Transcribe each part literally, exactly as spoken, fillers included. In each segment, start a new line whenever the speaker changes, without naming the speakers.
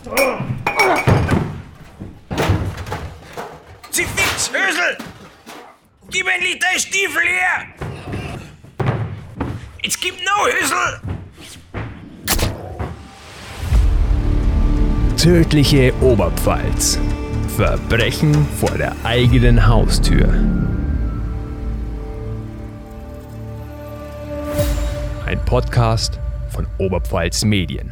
Sie fix, Hösel! Gib endlich dein Stiefel her! Jetzt gib noch, Hösel!
Tödliche Oberpfalz. Verbrechen vor der eigenen Haustür. Ein Podcast von Oberpfalz Medien.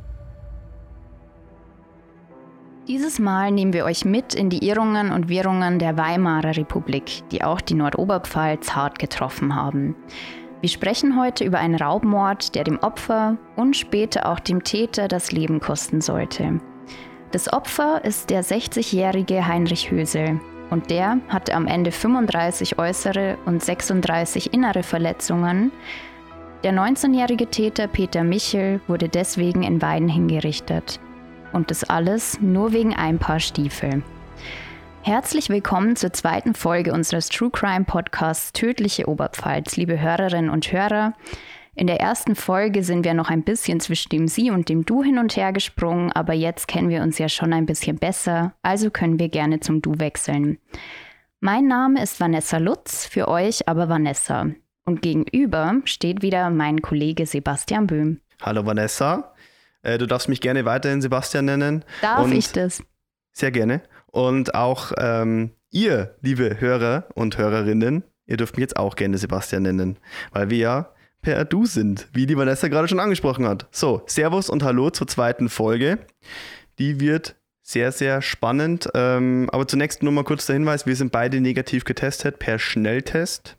Dieses Mal nehmen wir euch mit in die Irrungen und Wirrungen der Weimarer Republik, die auch die Nordoberpfalz hart getroffen haben. Wir sprechen heute über einen Raubmord, der dem Opfer und später auch dem Täter das Leben kosten sollte. Das Opfer ist der sechzigjährige Heinrich Hösel und der hatte am Ende fünfunddreißig äußere und sechsunddreißig innere Verletzungen. Der neunzehnjährige Täter Peter Michel wurde deswegen in Weiden hingerichtet. Und das alles nur wegen ein Paar Stiefel. Herzlich willkommen zur zweiten Folge unseres True Crime Podcasts Tödliche Oberpfalz, liebe Hörerinnen und Hörer. In der ersten Folge sind wir noch ein bisschen zwischen dem Sie und dem Du hin und her gesprungen, aber jetzt kennen wir uns ja schon ein bisschen besser, also können wir gerne zum Du wechseln. Mein Name ist Vanessa Lutz, für euch aber Vanessa. Und gegenüber steht wieder mein Kollege Sebastian Böhm.
Hallo Vanessa, äh, du darfst mich gerne weiterhin Sebastian nennen.
Darf
und
ich das?
Sehr gerne. Und auch ähm, ihr, liebe Hörer und Hörerinnen, ihr dürft mich jetzt auch gerne Sebastian nennen, weil wir ja per Du sind, wie die Vanessa gerade schon angesprochen hat. So, Servus und Hallo zur zweiten Folge. Die wird sehr, sehr spannend. Ähm, aber zunächst nur mal kurz der Hinweis, wir sind beide negativ getestet per Schnelltest.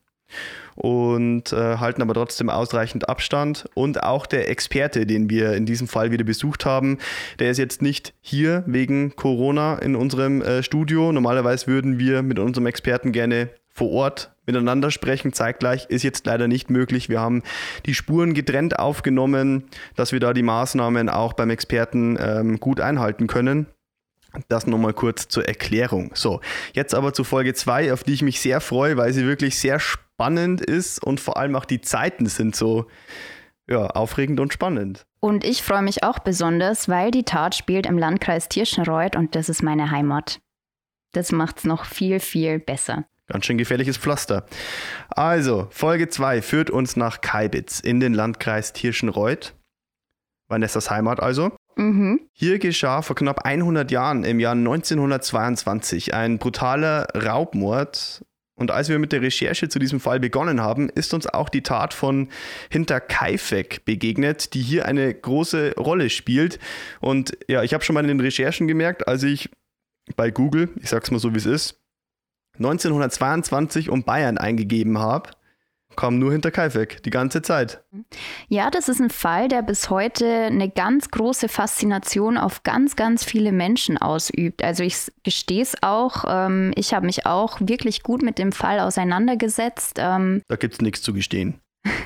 Und äh, halten aber trotzdem ausreichend Abstand. Und auch der Experte, den wir in diesem Fall wieder besucht haben, der ist jetzt nicht hier wegen Corona in unserem äh, Studio. Normalerweise würden wir mit unserem Experten gerne vor Ort miteinander sprechen. Zeitgleich ist jetzt leider nicht möglich. Wir haben die Spuren getrennt aufgenommen, dass wir da die Maßnahmen auch beim Experten ähm, gut einhalten können. Das nochmal kurz zur Erklärung. So, jetzt aber zu Folge zwei, auf die ich mich sehr freue, weil sie wirklich sehr spannend ist und vor allem auch die Zeiten sind so ja, aufregend und spannend.
Und ich freue mich auch besonders, weil die Tat spielt im Landkreis Tirschenreuth und das ist meine Heimat. Das macht's noch viel, viel besser.
Ganz schön gefährliches Pflaster. Also, Folge zwei führt uns nach Kaibitz in den Landkreis Tirschenreuth. Vanessas Heimat also.
Mhm.
Hier geschah vor knapp hundert Jahren, im Jahr neunzehnhundertzweiundzwanzig, ein brutaler Raubmord. Und als wir mit der Recherche zu diesem Fall begonnen haben, ist uns auch die Tat von Hinterkaifeck begegnet, die hier eine große Rolle spielt. Und ja, ich habe schon mal in den Recherchen gemerkt, als ich bei Google, ich sag's mal so wie es ist, neunzehnhundertzweiundzwanzig und Bayern eingegeben habe, kam nur Hinterkaifeck, die ganze Zeit.
Ja, das ist ein Fall, der bis heute eine ganz große Faszination auf ganz, ganz viele Menschen ausübt. Also ich gestehe es auch, ähm, ich habe mich auch wirklich gut mit dem Fall auseinandergesetzt. Ähm,
da gibt's nichts zu gestehen.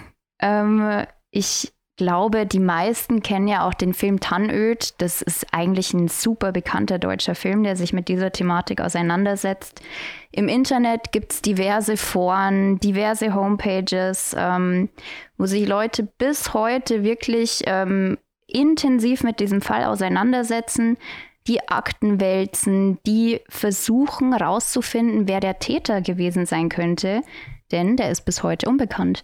ähm, ich glaube, die meisten kennen ja auch den Film Tannöd. Das ist eigentlich ein super bekannter deutscher Film, der sich mit dieser Thematik auseinandersetzt. Im Internet gibt es diverse Foren, diverse Homepages, ähm, wo sich Leute bis heute wirklich ähm, intensiv mit diesem Fall auseinandersetzen, die Akten wälzen, die versuchen rauszufinden, wer der Täter gewesen sein könnte, denn der ist bis heute unbekannt.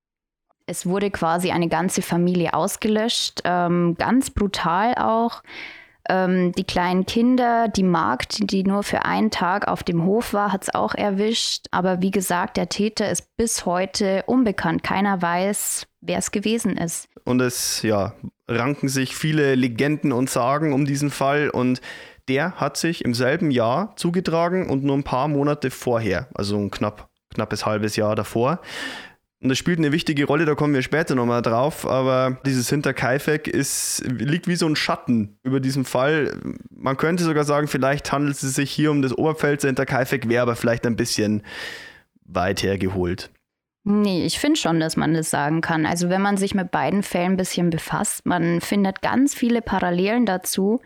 Es wurde quasi eine ganze Familie ausgelöscht, ähm, ganz brutal auch. Ähm, die kleinen Kinder, die Magd, die nur für einen Tag auf dem Hof war, hat es auch erwischt. Aber wie gesagt, der Täter ist bis heute unbekannt. Keiner weiß, wer es gewesen ist.
Und es ja, ranken sich viele Legenden und Sagen um diesen Fall. Und der hat sich im selben Jahr zugetragen und nur ein paar Monate vorher, also ein knapp, knappes halbes Jahr davor. Und das spielt eine wichtige Rolle, da kommen wir später nochmal drauf, aber dieses Hinterkaifeck ist, liegt wie so ein Schatten über diesem Fall. Man könnte sogar sagen, vielleicht handelt es sich hier um das Oberpfälzer Hinterkaifeck, wäre aber vielleicht ein bisschen weit hergeholt.
Nee, ich finde schon, dass man das sagen kann. Also wenn man sich mit beiden Fällen ein bisschen befasst, man findet ganz viele Parallelen dazu.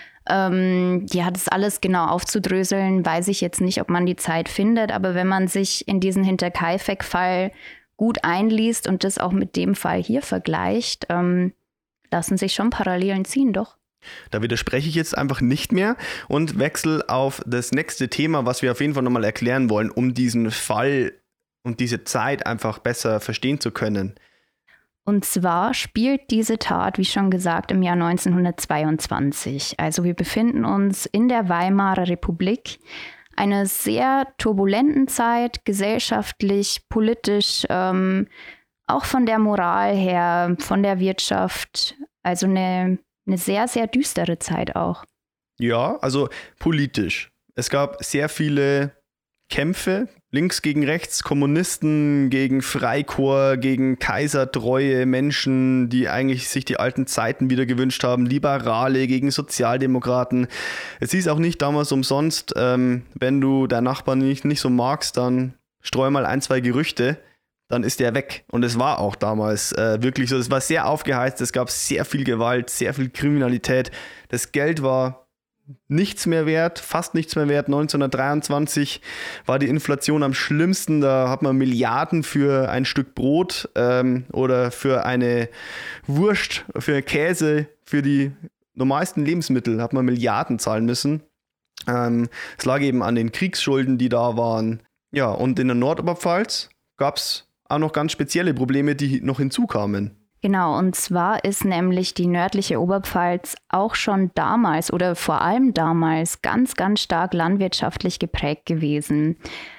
Ähm, ja, das alles genau aufzudröseln, weiß ich jetzt nicht, ob man die Zeit findet, aber wenn man sich in diesen Hinterkaifeck-Fall gut einliest und das auch mit dem Fall hier vergleicht, ähm, lassen sich schon Parallelen ziehen, doch.
Da widerspreche ich jetzt einfach nicht mehr und wechsle auf das nächste Thema, was wir auf jeden Fall nochmal erklären wollen, um diesen Fall und diese Zeit einfach besser verstehen zu können.
Und zwar spielt diese Tat, wie schon gesagt, im Jahr neunzehnhundertzweiundzwanzig. Also wir befinden uns in der Weimarer Republik, einer sehr turbulenten Zeit, gesellschaftlich, politisch, ähm, auch von der Moral her, von der Wirtschaft. Also eine, eine sehr, sehr düstere Zeit auch.
Ja, also politisch. Es gab sehr viele Kämpfe, links gegen rechts, Kommunisten gegen Freikorps, gegen kaisertreue Menschen, die eigentlich sich die alten Zeiten wieder gewünscht haben, Liberale gegen Sozialdemokraten. Es hieß auch nicht damals umsonst, ähm, wenn du deinen Nachbarn nicht, nicht so magst, dann streu mal ein, zwei Gerüchte, dann ist der weg. Und es war auch damals äh, wirklich so, es war sehr aufgeheizt, es gab sehr viel Gewalt, sehr viel Kriminalität. Das Geld war nichts mehr wert, fast nichts mehr wert. neunzehnhundertdreiundzwanzig war die Inflation am schlimmsten. Da hat man Milliarden für ein Stück Brot ähm, oder für eine Wurst, für Käse, für die normalsten Lebensmittel hat man Milliarden zahlen müssen. Ähm, es lag eben an den Kriegsschulden, die da waren. Ja, und in der Nordoberpfalz gab es auch noch ganz spezielle Probleme, die noch hinzukamen.
Genau, und zwar ist nämlich die nördliche Oberpfalz auch schon damals oder vor allem damals ganz, ganz stark landwirtschaftlich geprägt gewesen.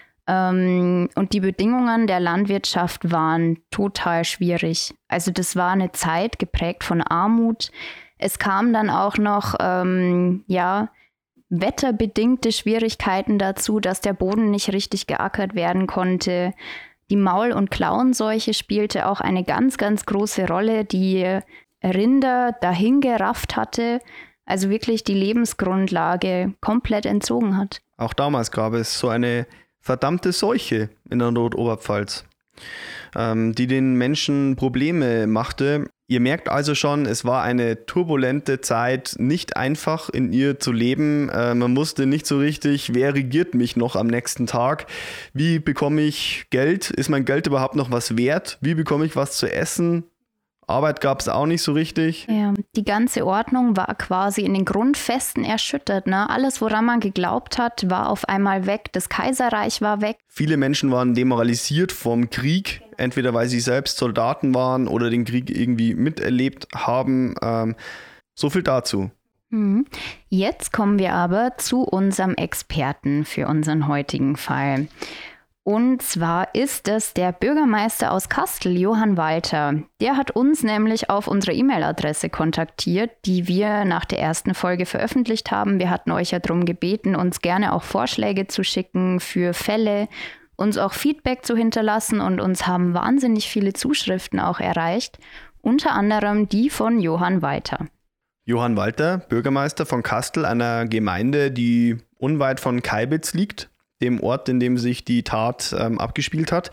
Ähm, und die Bedingungen der Landwirtschaft waren total schwierig. Also das war eine Zeit geprägt von Armut. Es kamen dann auch noch, ähm, ja, wetterbedingte Schwierigkeiten dazu, dass der Boden nicht richtig geackert werden konnte. Die Maul- und Klauenseuche spielte auch eine ganz, ganz große Rolle, die Rinder dahingerafft hatte, also wirklich die Lebensgrundlage komplett entzogen hat.
Auch damals gab es so eine verdammte Seuche in der Nordoberpfalz, ähm, die den Menschen Probleme machte. Ihr merkt also schon, es war eine turbulente Zeit, nicht einfach in ihr zu leben. Äh, man wusste nicht so richtig, wer regiert mich noch am nächsten Tag? Wie bekomme ich Geld? Ist mein Geld überhaupt noch was wert? Wie bekomme ich was zu essen? Arbeit gab es auch nicht so richtig.
Ja, die ganze Ordnung war quasi in den Grundfesten erschüttert. Ne? Alles, woran man geglaubt hat, war auf einmal weg. Das Kaiserreich war weg.
Viele Menschen waren demoralisiert vom Krieg, entweder weil sie selbst Soldaten waren oder den Krieg irgendwie miterlebt haben. Ähm, so viel dazu.
Mhm. Jetzt kommen wir aber zu unserem Experten für unseren heutigen Fall. Und zwar ist es der Bürgermeister aus Kastel, Johann Walter. Der hat uns nämlich auf unsere E-Mail-Adresse kontaktiert, die wir nach der ersten Folge veröffentlicht haben. Wir hatten euch ja darum gebeten, uns gerne auch Vorschläge zu schicken für Fälle, uns auch Feedback zu hinterlassen, und uns haben wahnsinnig viele Zuschriften auch erreicht, unter anderem die von Johann Walter.
Johann Walter, Bürgermeister von Kastel, einer Gemeinde, die unweit von Kaibitz liegt, dem Ort, in dem sich die Tat ähm, abgespielt hat.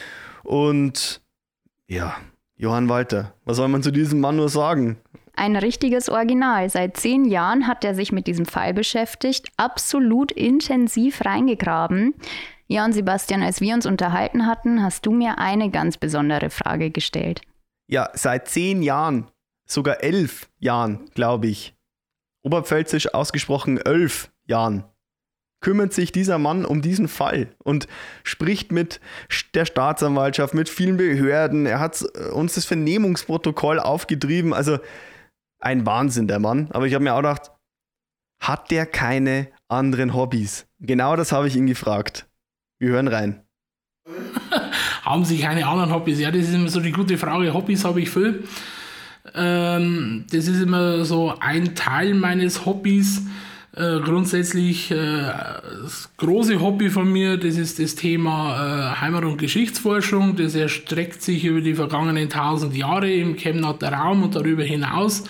Und ja, Johann Walter, was soll man zu diesem Mann nur sagen?
Ein richtiges Original. Seit zehn Jahren hat er sich mit diesem Fall beschäftigt, absolut intensiv reingegraben. Ja, und Sebastian, als wir uns unterhalten hatten, hast du mir eine ganz besondere Frage gestellt.
Ja, seit zehn Jahren, sogar elf Jahren, glaube ich, oberpfälzisch ausgesprochen elf Jahren, kümmert sich dieser Mann um diesen Fall und spricht mit der Staatsanwaltschaft, mit vielen Behörden. Er hat uns das Vernehmungsprotokoll aufgetrieben. Also ein Wahnsinn, der Mann. Aber ich habe mir auch gedacht, hat der keine anderen Hobbys? Genau das habe ich ihn gefragt. Wir hören rein.
Haben Sie keine anderen Hobbys? Ja, das ist immer so die gute Frage. Hobbys habe ich viel. Ähm, das ist immer so ein Teil meines Hobbys. Äh, grundsätzlich äh, das große Hobby von mir, das ist das Thema äh, Heimat- und Geschichtsforschung. Das erstreckt sich über die vergangenen tausend Jahre im Kemnater Raum und darüber hinaus.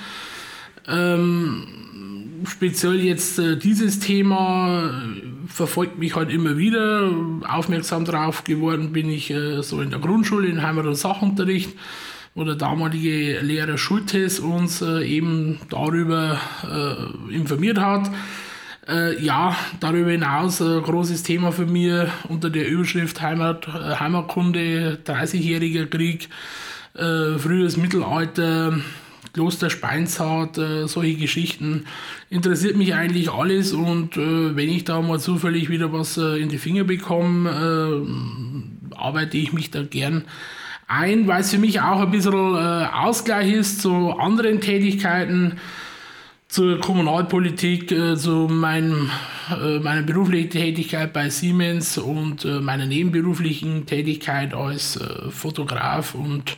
Ähm, speziell jetzt äh, dieses Thema äh, verfolgt mich halt immer wieder. Aufmerksam drauf geworden bin ich äh, so in der Grundschule, in Heimat- und Sachunterricht, wo der damalige Lehrer Schultes uns äh, eben darüber äh, informiert hat. Äh, ja, darüber hinaus ein äh, großes Thema für mich unter der Überschrift Heimat, äh, Heimatkunde, dreißigjähriger Krieg, äh, frühes Mittelalter, Kloster Speinshardt, äh, solche Geschichten. Interessiert mich eigentlich alles und äh, wenn ich da mal zufällig wieder was äh, in die Finger bekomme, äh, arbeite ich mich da gern ein, weil es für mich auch ein bisschen äh, Ausgleich ist zu anderen Tätigkeiten, zur Kommunalpolitik, äh, zu meinem, äh, meiner beruflichen Tätigkeit bei Siemens und äh, meiner nebenberuflichen Tätigkeit als äh, Fotograf und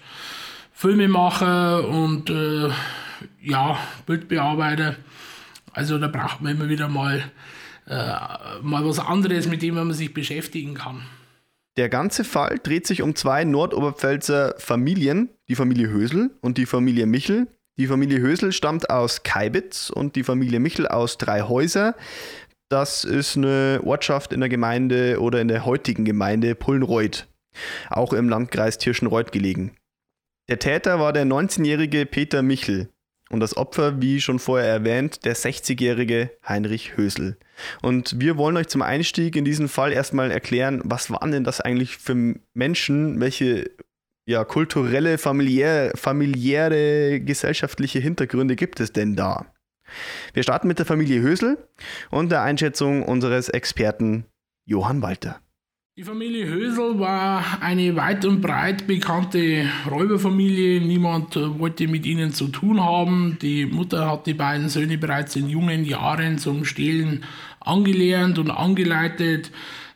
Filmemacher und äh, ja, Bildbearbeiter. Also da braucht man immer wieder mal, äh, mal was anderes, mit dem man sich beschäftigen kann.
Der ganze Fall dreht sich um zwei Nordoberpfälzer Familien, die Familie Hösel und die Familie Michel. Die Familie Hösel stammt aus Kaibitz und die Familie Michel aus Dreihäuser. Das ist eine Ortschaft in der Gemeinde oder in der heutigen Gemeinde Pullenreuth, auch im Landkreis Tirschenreuth gelegen. Der Täter war der neunzehnjährige Peter Michel und das Opfer, wie schon vorher erwähnt, der sechzigjährige Heinrich Hösel. Und wir wollen euch zum Einstieg in diesen Fall erstmal erklären, was waren denn das eigentlich für Menschen, welche ja, kulturelle, familiäre, familiäre, gesellschaftliche Hintergründe gibt es denn da? Wir starten mit der Familie Hösel und der Einschätzung unseres Experten Johann Walter.
Die Familie Hösel war eine weit und breit bekannte Räuberfamilie. Niemand wollte mit ihnen zu tun haben. Die Mutter hat die beiden Söhne bereits in jungen Jahren zum Stehlen angelernt und angeleitet.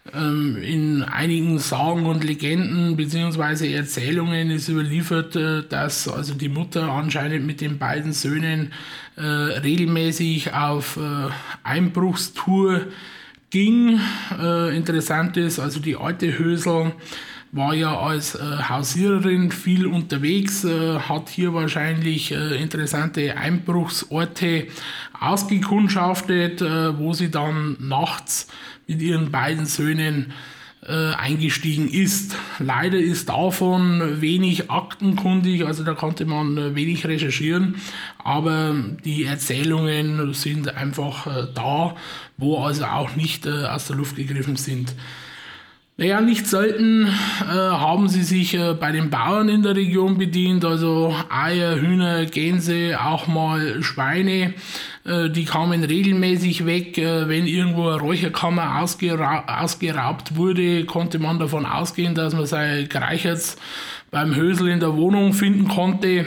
In einigen Sagen und Legenden bzw. Erzählungen ist überliefert, dass also die Mutter anscheinend mit den beiden Söhnen äh, regelmäßig auf äh, Einbruchstour ging. Äh, interessant ist, also die alte Hösel war ja als äh, Hausiererin viel unterwegs, äh, hat hier wahrscheinlich äh, interessante Einbruchsorte ausgekundschaftet, äh, wo sie dann nachts mit ihren beiden Söhnen äh, eingestiegen ist. Leider ist davon wenig aktenkundig, also da konnte man äh, wenig recherchieren, aber die Erzählungen sind einfach äh, da, wo also auch nicht äh, aus der Luft gegriffen sind. Naja, nicht selten äh, haben sie sich äh, bei den Bauern in der Region bedient, also Eier, Hühner, Gänse, auch mal Schweine. Äh, die kamen regelmäßig weg. Äh, wenn irgendwo eine Räucherkammer ausgera- ausgeraubt wurde, konnte man davon ausgehen, dass man sein Gereicherts beim Hösel in der Wohnung finden konnte.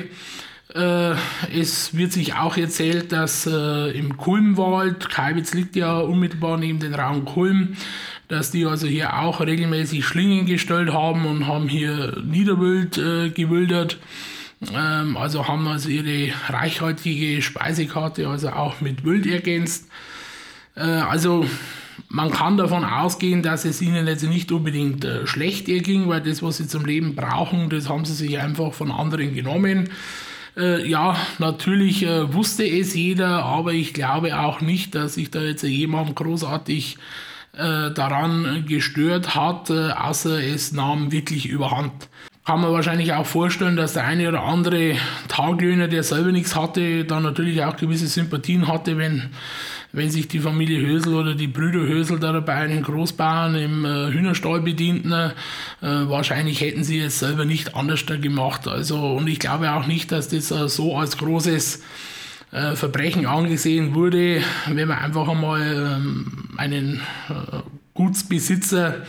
Äh, es wird sich auch erzählt, dass äh, im Kulmwald, Kaibitz liegt ja unmittelbar neben den Raum Kulm, dass die also hier auch regelmäßig Schlingen gestellt haben und haben hier Niederwild äh, gewildert. Ähm, also haben also ihre reichhaltige Speisekarte also auch mit Wild ergänzt. Äh, also man kann davon ausgehen, dass es ihnen jetzt nicht unbedingt äh, schlecht erging, weil das, was sie zum Leben brauchen, das haben sie sich einfach von anderen genommen. Äh, ja, natürlich äh, wusste es jeder, aber ich glaube auch nicht, dass sich da jetzt jemand großartig äh, daran gestört hat, äh, außer es nahm wirklich überhand. Kann man wahrscheinlich auch vorstellen, dass der eine oder andere Taglöhner, der selber nichts hatte, dann natürlich auch gewisse Sympathien hatte, wenn, wenn sich die Familie Hösel oder die Brüder Hösel da bei einem Großbauern im äh, Hühnerstall bedienten. Äh, wahrscheinlich hätten sie es selber nicht anders da gemacht. Also, und ich glaube auch nicht, dass das äh, so als großes äh, Verbrechen angesehen wurde, wenn man einfach einmal ähm, einen äh, Gutsbesitzer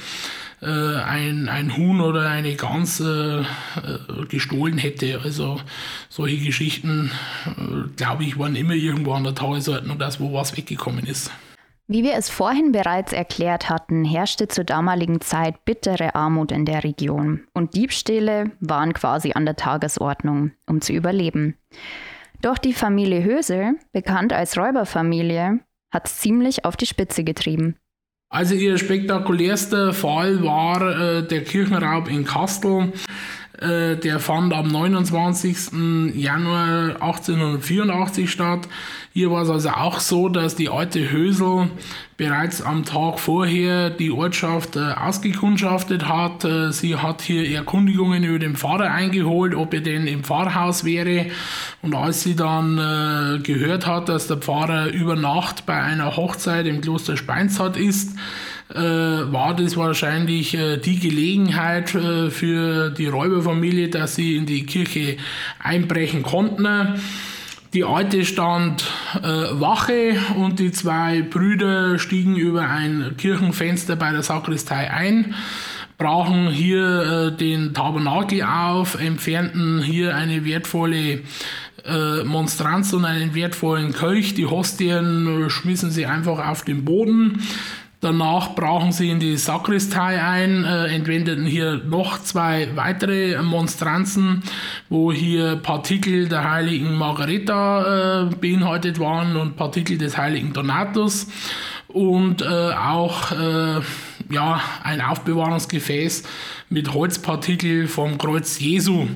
Ein, ein Huhn oder eine Gans äh, gestohlen hätte. Also solche Geschichten, äh, glaube ich, waren immer irgendwo an der Tagesordnung, dass wo was weggekommen ist.
Wie wir es vorhin bereits erklärt hatten, herrschte zur damaligen Zeit bittere Armut in der Region und Diebstähle waren quasi an der Tagesordnung, um zu überleben. Doch die Familie Hösel, bekannt als Räuberfamilie, hat es ziemlich auf die Spitze getrieben.
Also ihr spektakulärster Fall war äh, der Kirchenraub in Kastel. Äh, der fand am neunundzwanzigsten Januar achtzehnhundertvierundachtzig statt. Hier war es also auch so, dass die alte Hösel bereits am Tag vorher die Ortschaft äh, ausgekundschaftet hat. Äh, sie hat hier Erkundigungen über den Pfarrer eingeholt, ob er denn im Pfarrhaus wäre. Und als sie dann äh, gehört hat, dass der Pfarrer über Nacht bei einer Hochzeit im Kloster Speinshardt ist, äh, war das wahrscheinlich äh, die Gelegenheit äh, für die Räuberfamilie, dass sie in die Kirche einbrechen konnten. Die Alte stand äh, Wache und die zwei Brüder stiegen über ein Kirchenfenster bei der Sakristei ein, brachen hier äh, den Tabernakel auf, entfernten hier eine wertvolle äh, Monstranz und einen wertvollen Kelch. Die Hostien äh, schmissen sie einfach auf den Boden. Danach brachen sie in die Sakristei ein, äh, entwendeten hier noch zwei weitere Monstranzen, wo hier Partikel der heiligen Margareta äh, beinhaltet waren und Partikel des heiligen Donatus und äh, auch äh, ja, ein Aufbewahrungsgefäß mit Holzpartikel vom Kreuz Jesu.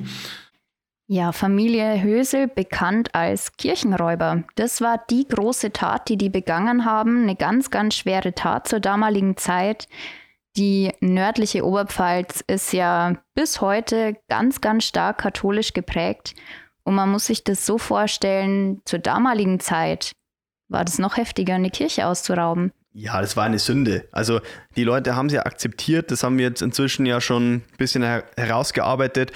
Ja, Familie Hösel, bekannt als Kirchenräuber. Das war die große Tat, die die begangen haben. Eine ganz, ganz schwere Tat zur damaligen Zeit. Die nördliche Oberpfalz ist ja bis heute ganz, ganz stark katholisch geprägt. Und man muss sich das so vorstellen, zur damaligen Zeit war das noch heftiger, eine Kirche auszurauben.
Ja, das war eine Sünde. Also die Leute haben es ja akzeptiert. Das haben wir jetzt inzwischen ja schon ein bisschen her- herausgearbeitet.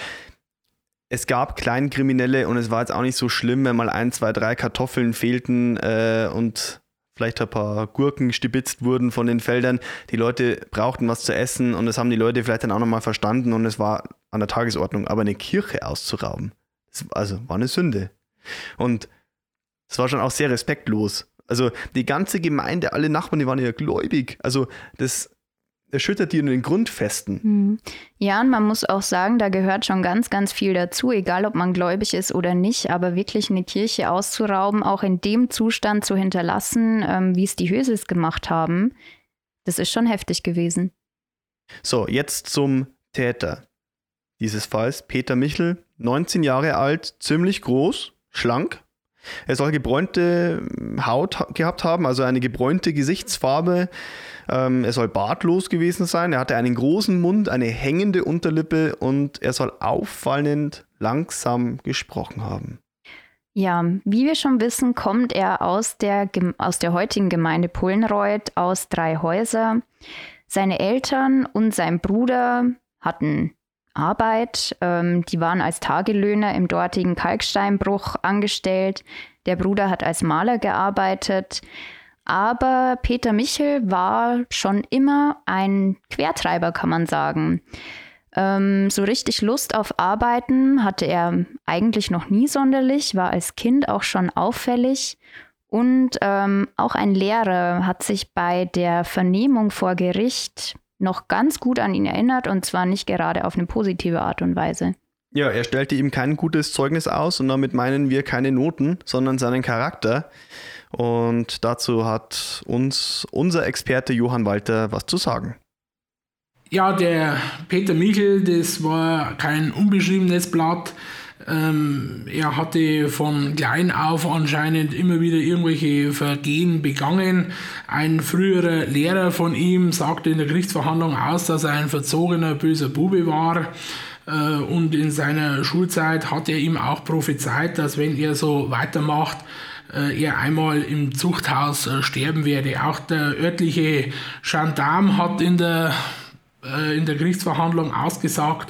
Es gab Kleinkriminelle und es war jetzt auch nicht so schlimm, wenn mal ein, zwei, drei Kartoffeln fehlten äh, und vielleicht ein paar Gurken stibitzt wurden von den Feldern. Die Leute brauchten was zu essen und das haben die Leute vielleicht dann auch nochmal verstanden und es war an der Tagesordnung. Aber eine Kirche auszurauben, das, also war eine Sünde. Und es war schon auch sehr respektlos. Also die ganze Gemeinde, alle Nachbarn, die waren ja gläubig. Also das erschüttert die in den Grundfesten.
Ja, und man muss auch sagen, da gehört schon ganz, ganz viel dazu, egal ob man gläubig ist oder nicht, aber wirklich eine Kirche auszurauben, auch in dem Zustand zu hinterlassen, ähm, wie es die Hösels gemacht haben, das ist schon heftig gewesen.
So, jetzt zum Täter dieses Falls. Peter Michel, neunzehn Jahre alt, ziemlich groß, schlank. Er soll gebräunte Haut gehabt haben, also eine gebräunte Gesichtsfarbe. Ähm, er soll bartlos gewesen sein. Er hatte einen großen Mund, eine hängende Unterlippe und er soll auffallend langsam gesprochen haben.
Ja, wie wir schon wissen, kommt er aus der, aus der heutigen Gemeinde Pullenreuth, aus drei Häuser. Seine Eltern und sein Bruder hatten Arbeit. Ähm, die waren als Tagelöhner im dortigen Kalksteinbruch angestellt. Der Bruder hat als Maler gearbeitet. Aber Peter Michel war schon immer ein Quertreiber, kann man sagen. Ähm, so richtig Lust auf Arbeiten hatte er eigentlich noch nie sonderlich, war als Kind auch schon auffällig. Und ähm, auch ein Lehrer hat sich bei der Vernehmung vor Gericht noch ganz gut an ihn erinnert und zwar nicht gerade auf eine positive Art und Weise.
Ja, er stellte ihm kein gutes Zeugnis aus und damit meinen wir keine Noten, sondern seinen Charakter. Und dazu hat uns unser Experte Johann Walter was zu sagen.
Ja, der Peter Michel, das war kein unbeschriebenes Blatt. Ähm, er hatte von klein auf anscheinend immer wieder irgendwelche Vergehen begangen. Ein früherer Lehrer von ihm sagte in der Gerichtsverhandlung aus, dass er ein verzogener, böser Bube war. Äh, und in seiner Schulzeit hat er ihm auch prophezeit, dass wenn er so weitermacht, äh, er einmal im Zuchthaus äh, sterben werde. Auch der örtliche Gendarm hat in der, äh, in der Gerichtsverhandlung ausgesagt,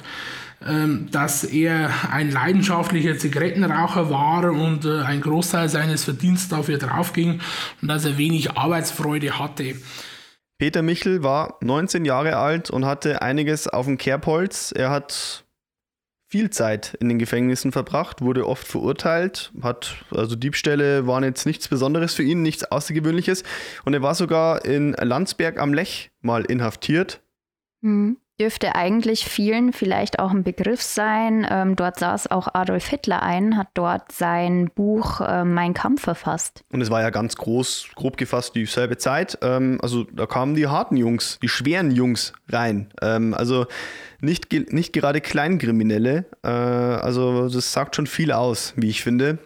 dass er ein leidenschaftlicher Zigarettenraucher war und ein Großteil seines Verdienstes dafür draufging und dass er wenig Arbeitsfreude hatte.
Peter Michel war neunzehn Jahre alt und hatte einiges auf dem Kerbholz. Er hat viel Zeit in den Gefängnissen verbracht, wurde oft verurteilt, hat, also Diebstähle waren jetzt nichts Besonderes für ihn, nichts Außergewöhnliches und er war sogar in Landsberg am Lech mal inhaftiert.
Mhm. Dürfte eigentlich vielen vielleicht auch ein Begriff sein. Ähm, dort saß auch Adolf Hitler ein, hat dort sein Buch äh, Mein Kampf verfasst.
Und es war ja ganz groß, grob gefasst dieselbe Zeit. Ähm, also da kamen die harten Jungs, die schweren Jungs rein. Ähm, also nicht, ge- nicht gerade Kleinkriminelle. Äh, also das sagt schon viel aus, wie ich finde.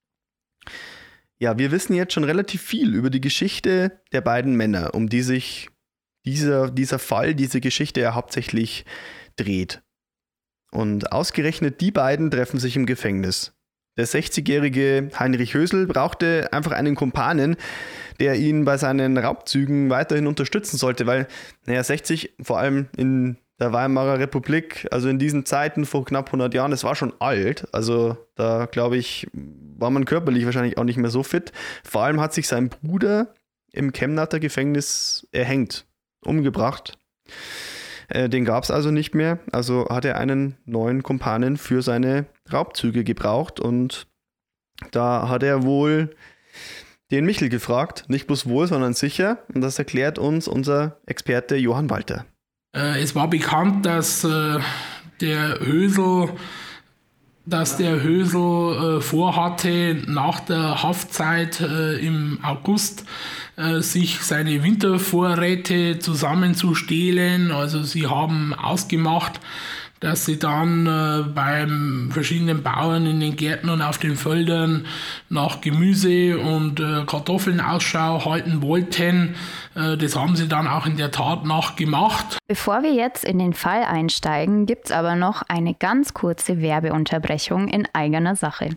Ja, wir wissen jetzt schon relativ viel über die Geschichte der beiden Männer, um die sich Dieser, dieser Fall, diese Geschichte ja hauptsächlich dreht. Und ausgerechnet die beiden treffen sich im Gefängnis. Der sechzigjährige Heinrich Hösel brauchte einfach einen Kumpanen, der ihn bei seinen Raubzügen weiterhin unterstützen sollte, weil, naja, sechzig, vor allem in der Weimarer Republik, also in diesen Zeiten vor knapp hundert Jahren, das war schon alt. Also da, glaube ich, war man körperlich wahrscheinlich auch nicht mehr so fit. Vor allem hat sich sein Bruder im Kemnater Gefängnis erhängt, umgebracht. Äh, den gab es also nicht mehr. Also hat er einen neuen Kumpanen für seine Raubzüge gebraucht. Und da hat er wohl den Michel gefragt. Nicht bloß wohl, sondern sicher. Und das erklärt uns unser Experte Johann Walter.
Es war bekannt, dass äh, der Hösel, dass der Hösel äh, vorhatte, nach der Haftzeit äh, im August äh, sich seine Wintervorräte zusammenzustehlen. Also sie haben ausgemacht, dass sie dann äh, beim verschiedenen Bauern in den Gärten und auf den Feldern nach Gemüse und äh, Kartoffeln Ausschau halten wollten. Äh, das haben sie dann auch in der Tat nachgemacht.
Bevor wir jetzt in den Fall einsteigen, gibt's aber noch eine ganz kurze Werbeunterbrechung in eigener Sache.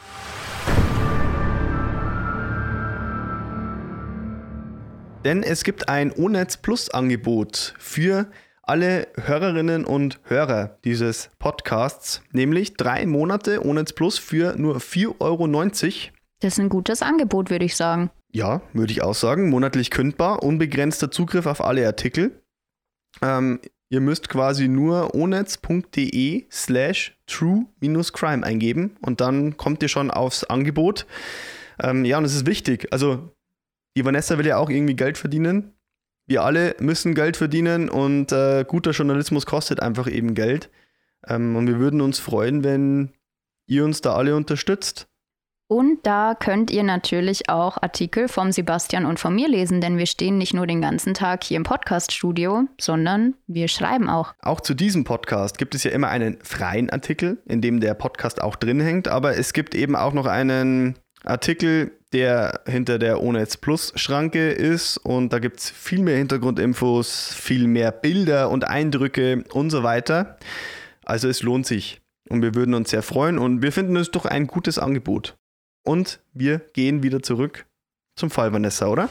Denn es gibt ein O-Netz Plus Angebot für alle Hörerinnen und Hörer dieses Podcasts, nämlich drei Monate O-Netz Plus für nur vier Euro neunzig.
Das ist ein gutes Angebot, würde ich sagen.
Ja, würde ich auch sagen. Monatlich kündbar, unbegrenzter Zugriff auf alle Artikel. Ähm, ihr müsst quasi nur onetz.de slash true-crime eingeben und dann kommt ihr schon aufs Angebot. Ähm, ja, und es ist wichtig. Also, die Vanessa will ja auch irgendwie Geld verdienen. Wir alle müssen Geld verdienen und äh, guter Journalismus kostet einfach eben Geld. Ähm, und wir würden uns freuen, wenn ihr uns da alle unterstützt.
Und da könnt ihr natürlich auch Artikel vom Sebastian und von mir lesen, denn wir stehen nicht nur den ganzen Tag hier im Podcast-Studio, sondern wir schreiben auch.
Auch zu diesem Podcast gibt es ja immer einen freien Artikel, in dem der Podcast auch drin hängt, aber es gibt eben auch noch einen Artikel, der hinter der O-Netz Plus Schranke ist und da gibt es viel mehr Hintergrundinfos, viel mehr Bilder und Eindrücke und so weiter. Also es lohnt sich und wir würden uns sehr freuen und wir finden es doch ein gutes Angebot. Und wir gehen wieder zurück zum Fall Vanessa, oder?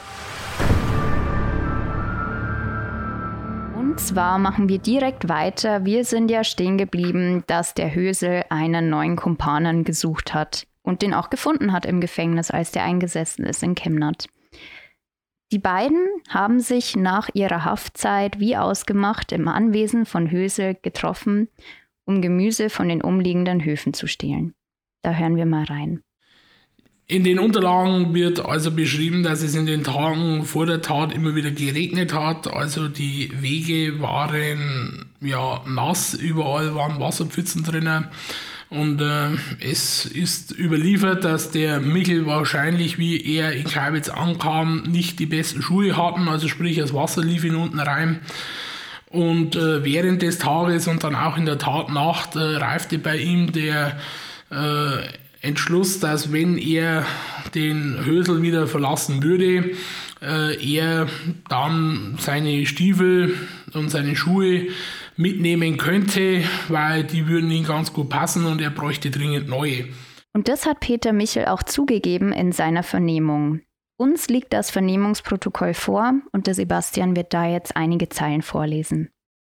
Und zwar machen wir direkt weiter. Wir sind ja stehen geblieben, dass der Hösel einen neuen Kumpanen gesucht hat und den auch gefunden hat im Gefängnis, als der eingesessen ist in Kemnat. Die beiden haben sich nach ihrer Haftzeit wie ausgemacht im Anwesen von Hösel getroffen, um Gemüse von den umliegenden Höfen zu stehlen. Da hören wir mal rein.
In den Unterlagen wird also beschrieben, dass es in den Tagen vor der Tat immer wieder geregnet hat. Also die Wege waren ja nass, überall waren Wasserpfützen drin. Und äh, es ist überliefert, dass der Michel wahrscheinlich, wie er in Kleibitz ankam, nicht die besten Schuhe hatten. Also sprich, das Wasser lief ihn unten rein. Und äh, während des Tages und dann auch in der Tatnacht äh, reifte bei ihm der äh, Entschluss, dass wenn er den Hösel wieder verlassen würde, äh, er dann seine Stiefel und seine Schuhe mitnehmen könnte, weil die würden ihm ganz gut passen und er bräuchte dringend neue.
Und das hat Peter Michel auch zugegeben in seiner Vernehmung. Uns liegt das Vernehmungsprotokoll vor und der Sebastian wird da jetzt einige Zeilen vorlesen.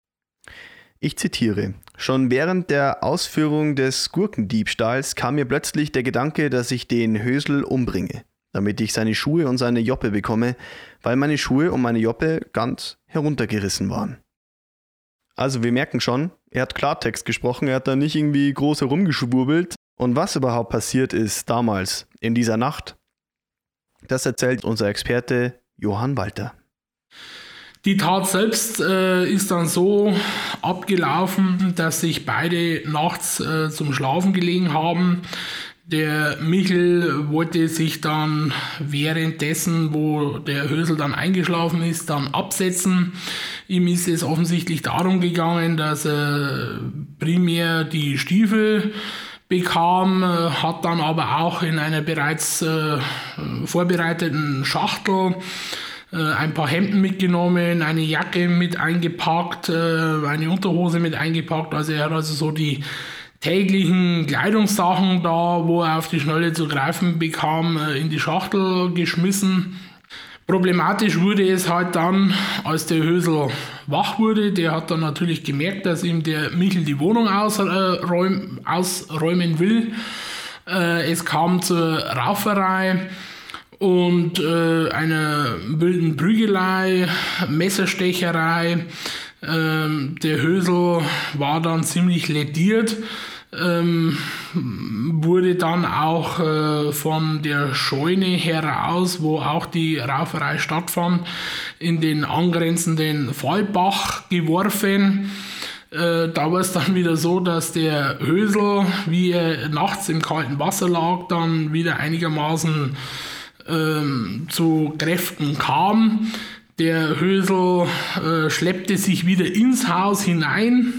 Ich zitiere: Schon während der Ausführung des Gurkendiebstahls kam mir plötzlich der Gedanke, dass ich den Hösel umbringe, damit ich seine Schuhe und seine Joppe bekomme, weil meine Schuhe und meine Joppe ganz heruntergerissen waren. Also wir merken schon, er hat Klartext gesprochen, er hat da nicht irgendwie groß herumgeschwurbelt. Und was überhaupt passiert ist damals, in dieser Nacht, das erzählt unser Experte Johann Walter.
Die Tat selbst äh, ist dann so abgelaufen, dass sich beide nachts äh, zum Schlafen gelegen haben. Der Michel wollte sich dann währenddessen, wo der Hösel dann eingeschlafen ist, dann absetzen. Ihm ist es offensichtlich darum gegangen, dass er primär die Stiefel bekam, hat dann aber auch in einer bereits äh, vorbereiteten Schachtel ein paar Hemden mitgenommen, eine Jacke mit eingepackt, eine Unterhose mit eingepackt. Also er hat also so die täglichen Kleidungssachen da, wo er auf die Schnelle zu greifen bekam, in die Schachtel geschmissen. Problematisch wurde es halt dann, als der Hösel wach wurde. Der hat dann natürlich gemerkt, dass ihm der Michel die Wohnung ausräum, ausräumen will. Äh, es kam zur Rauferei und äh, einer wilden Prügelei, Messerstecherei. Ähm, der Hösel war dann ziemlich lädiert. Ähm, wurde dann auch äh, von der Scheune heraus, wo auch die Rauferei stattfand, in den angrenzenden Fallbach geworfen. Äh, da war es dann wieder so, dass der Hösel, wie er nachts im kalten Wasser lag, dann wieder einigermaßen ähm, zu Kräften kam. Der Hösel äh, schleppte sich wieder ins Haus hinein.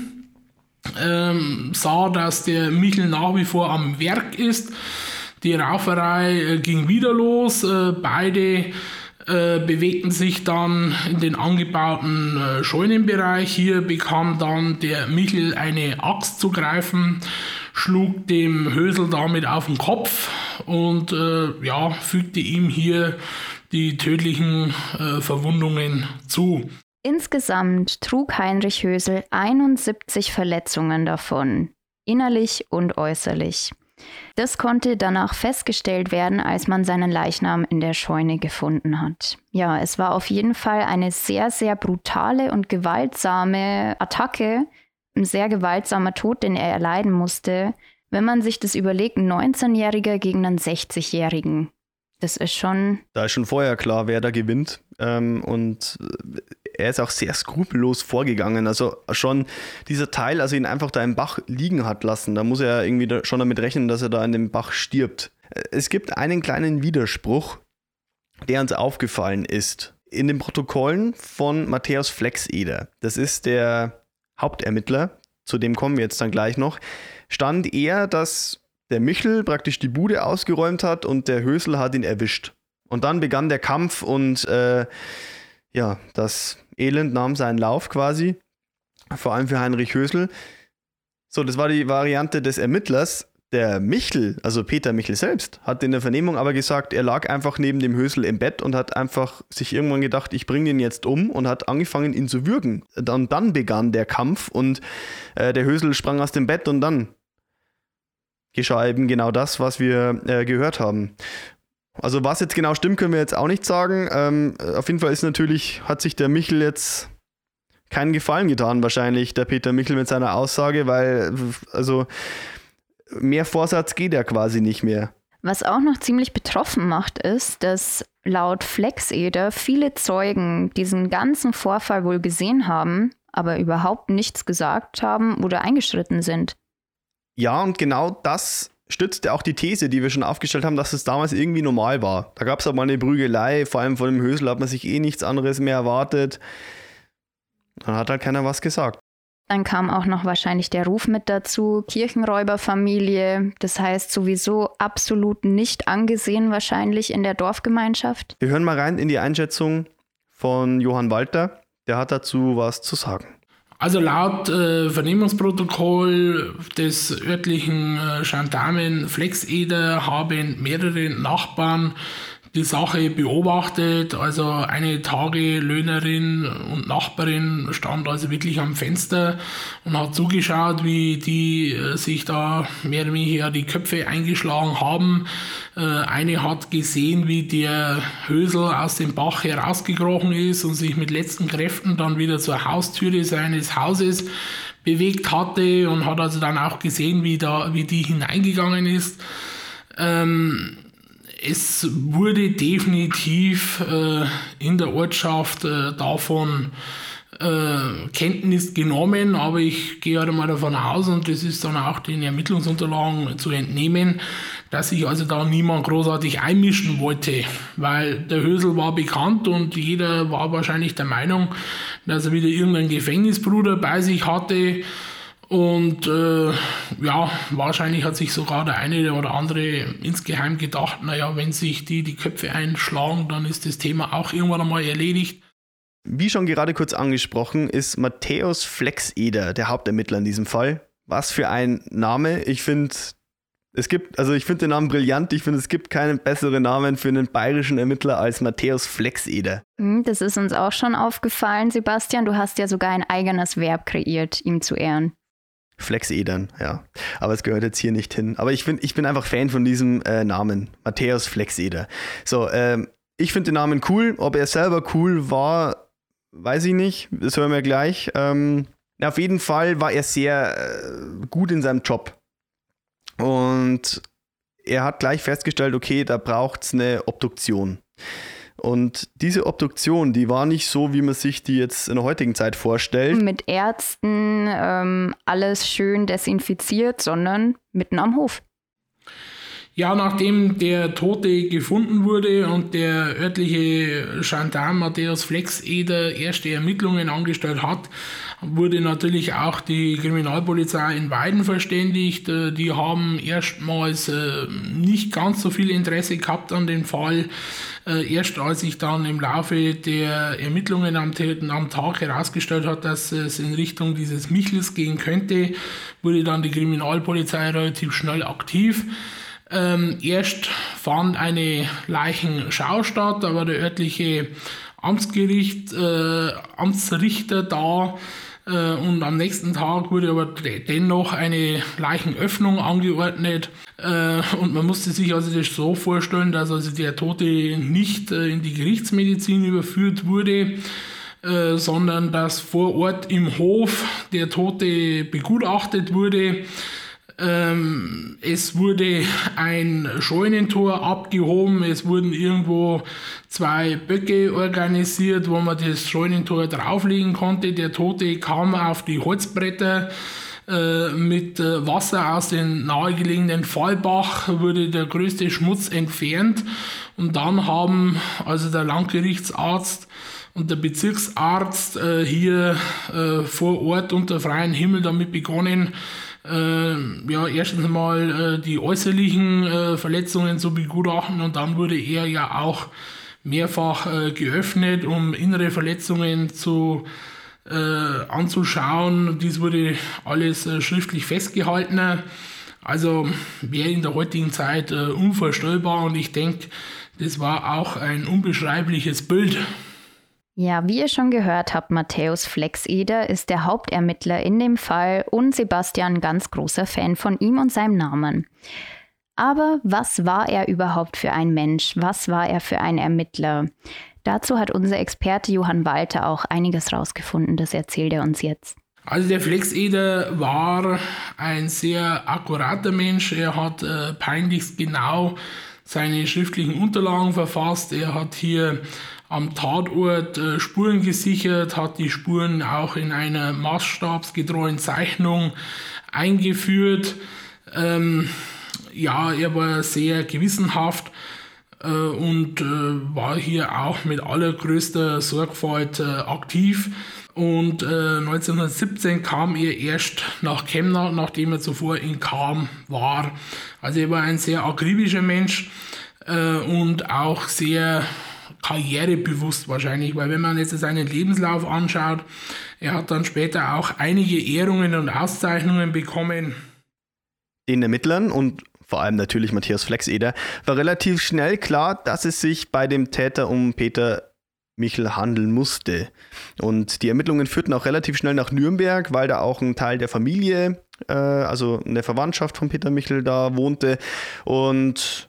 Ähm, sah, dass der Michel nach wie vor am Werk ist. Die Rauferei äh, ging wieder los. Äh, beide äh, bewegten sich dann in den angebauten äh, Scheunenbereich. Hier bekam dann der Michel eine Axt zu greifen, schlug dem Hösel damit auf den Kopf und äh, ja, fügte ihm hier die tödlichen äh, Verwundungen zu.
Insgesamt trug Heinrich Hösel einundsiebzig Verletzungen davon, innerlich und äußerlich. Das konnte danach festgestellt werden, als man seinen Leichnam in der Scheune gefunden hat. Ja, es war auf jeden Fall eine sehr, sehr brutale und gewaltsame Attacke, ein sehr gewaltsamer Tod, den er erleiden musste. Wenn man sich das überlegt, ein neunzehnjähriger gegen einen sechzigjährigen. Das ist schon...
Da ist schon vorher klar, wer da gewinnt. Ähm, und er ist auch sehr skrupellos vorgegangen. Also schon dieser Teil, also ihn einfach da im Bach liegen hat lassen, da muss er irgendwie da schon damit rechnen, dass er da in dem Bach stirbt. Es gibt einen kleinen Widerspruch, der uns aufgefallen ist. In den Protokollen von Matthäus Flexeder, das ist der Hauptermittler, zu dem kommen wir jetzt dann gleich noch, stand er, dass der Michel praktisch die Bude ausgeräumt hat und der Hösel hat ihn erwischt. Und dann begann der Kampf und äh, ja, das Elend nahm seinen Lauf quasi, vor allem für Heinrich Hösel. So, das war die Variante des Ermittlers. Der Michel, also Peter Michel selbst, hat in der Vernehmung aber gesagt, er lag einfach neben dem Hösel im Bett und hat einfach sich irgendwann gedacht, ich bringe den jetzt um und hat angefangen, ihn zu würgen. Und dann begann der Kampf und äh, der Hösel sprang aus dem Bett und dann geschah eben genau das, was wir äh, gehört haben. Also was jetzt genau stimmt, können wir jetzt auch nicht sagen. Ähm, auf jeden Fall ist natürlich, hat sich der Michel jetzt keinen Gefallen getan, wahrscheinlich, der Peter Michel mit seiner Aussage, weil also mehr Vorsatz geht ja quasi nicht mehr.
Was auch noch ziemlich betroffen macht, ist, dass laut Flexeder viele Zeugen diesen ganzen Vorfall wohl gesehen haben, aber überhaupt nichts gesagt haben oder eingeschritten sind.
Ja, und genau das stützt ja auch die These, die wir schon aufgestellt haben, dass es damals irgendwie normal war. Da gab es aber mal eine Prügelei, vor allem von dem Hösel hat man sich eh nichts anderes mehr erwartet. Dann hat halt keiner was gesagt.
Dann kam auch noch wahrscheinlich der Ruf mit dazu, Kirchenräuberfamilie, das heißt sowieso absolut nicht angesehen wahrscheinlich in der Dorfgemeinschaft.
Wir hören mal rein in die Einschätzung von Johann Walter, der hat dazu was zu sagen.
Also laut äh, Vernehmungsprotokoll des örtlichen äh, Gendarmen Flexeder haben mehrere Nachbarn die Sache beobachtet. Also eine Tagelöhnerin und Nachbarin stand also wirklich am Fenster und hat zugeschaut, wie die äh, sich da mehr oder weniger die Köpfe eingeschlagen haben. Äh, eine hat gesehen, wie der Hösel aus dem Bach herausgekrochen ist und sich mit letzten Kräften dann wieder zur Haustüre seines Hauses bewegt hatte und hat also dann auch gesehen, wie, da, wie die hineingegangen ist. Ähm, Es wurde definitiv äh, in der Ortschaft äh, davon äh, Kenntnis genommen, aber ich gehe halt mal davon aus, und das ist dann auch den Ermittlungsunterlagen zu entnehmen, dass sich also da niemand großartig einmischen wollte, weil der Hösel war bekannt und jeder war wahrscheinlich der Meinung, dass er wieder irgendeinen Gefängnisbruder bei sich hatte. Und äh, ja, wahrscheinlich hat sich sogar der eine oder andere insgeheim gedacht, naja, wenn sich die die Köpfe einschlagen, dann ist das Thema auch irgendwann einmal erledigt.
Wie schon gerade kurz angesprochen, ist Matthäus Flexeder der Hauptermittler in diesem Fall. Was für ein Name. Ich finde, Es gibt, also ich finde den Namen brillant. Ich finde, es gibt keinen besseren Namen für einen bayerischen Ermittler als Matthäus Flexeder.
Das ist uns auch schon aufgefallen, Sebastian. Du hast ja sogar ein eigenes Verb kreiert, ihm zu ehren.
Flexedern, ja. Aber es gehört jetzt hier nicht hin. Aber ich, find, ich bin einfach Fan von diesem äh, Namen. Matthäus Flexeder. So, ähm, ich finde den Namen cool. Ob er selber cool war, weiß ich nicht. Das hören wir gleich. Ähm, auf jeden Fall war er sehr äh, gut in seinem Job. Und er hat gleich festgestellt, okay, da braucht es eine Obduktion. Und diese Obduktion, die war nicht so, wie man sich die jetzt in der heutigen Zeit vorstellt.
Mit Ärzten, ähm, alles schön desinfiziert, sondern mitten am Hof.
Ja, nachdem der Tote gefunden wurde und der örtliche Gendarm Matthäus Flexeder erste Ermittlungen angestellt hat, wurde natürlich auch die Kriminalpolizei in Weiden verständigt. Die haben erstmals nicht ganz so viel Interesse gehabt an dem Fall. Erst als sich dann im Laufe der Ermittlungen am, am Tag herausgestellt hat, dass es in Richtung dieses Michels gehen könnte, wurde dann die Kriminalpolizei relativ schnell aktiv. Ähm, erst fand eine Leichenschau statt, da war der örtliche Amtsgericht, äh, Amtsrichter da äh, und am nächsten Tag wurde aber dennoch eine Leichenöffnung angeordnet äh, und man musste sich also das so vorstellen, dass also der Tote nicht äh, in die Gerichtsmedizin überführt wurde, äh, sondern dass vor Ort im Hof der Tote begutachtet wurde. Ähm, es wurde ein Scheunentor abgehoben, es wurden irgendwo zwei Böcke organisiert, wo man das Scheunentor drauflegen konnte. Der Tote kam auf die Holzbretter äh, mit äh, Wasser aus dem nahegelegenen Fallbach, wurde der größte Schmutz entfernt und dann haben also der Landgerichtsarzt und der Bezirksarzt äh, hier äh, vor Ort unter freiem Himmel damit begonnen, Äh, ja, erstens mal äh, die äußerlichen äh, Verletzungen zu begutachten und dann wurde er ja auch mehrfach äh, geöffnet, um innere Verletzungen zu, äh, anzuschauen. Dies wurde alles äh, schriftlich festgehalten. Also wäre in der heutigen Zeit äh, unvorstellbar und ich denke, das war auch ein unbeschreibliches Bild.
Ja, wie ihr schon gehört habt, Matthäus Flexeder ist der Hauptermittler in dem Fall und Sebastian ganz großer Fan von ihm und seinem Namen. Aber was war er überhaupt für ein Mensch? Was war er für ein Ermittler? Dazu hat unser Experte Johann Walter auch einiges rausgefunden, das erzählt er uns jetzt.
Also der Flexeder war ein sehr akkurater Mensch, er hat äh, peinlichst genau seine schriftlichen Unterlagen verfasst, er hat hier am Tatort äh, Spuren gesichert, hat die Spuren auch in einer maßstabsgetreuen Zeichnung eingeführt. Ähm, ja, er war sehr gewissenhaft äh, und äh, war hier auch mit allergrößter Sorgfalt äh, aktiv. Und äh, neunzehnhundertsiebzehn kam er erst nach Chemnat, nachdem er zuvor in Cham war. Also er war ein sehr akribischer Mensch äh, und auch sehr karrierebewusst wahrscheinlich, weil wenn man jetzt seinen Lebenslauf anschaut, er hat dann später auch einige Ehrungen und Auszeichnungen bekommen.
Den Ermittlern und vor allem natürlich Matthäus Flexeder war relativ schnell klar, dass es sich bei dem Täter um Peter Michel handeln musste. Und die Ermittlungen führten auch relativ schnell nach Nürnberg, weil da auch ein Teil der Familie, äh, also eine Verwandtschaft von Peter Michel da wohnte. Und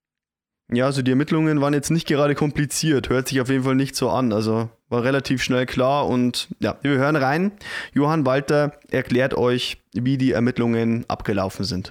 ja, also die Ermittlungen waren jetzt nicht gerade kompliziert, hört sich auf jeden Fall nicht so an, also war relativ schnell klar und ja, wir hören rein. Johann Walter erklärt euch, wie die Ermittlungen abgelaufen sind.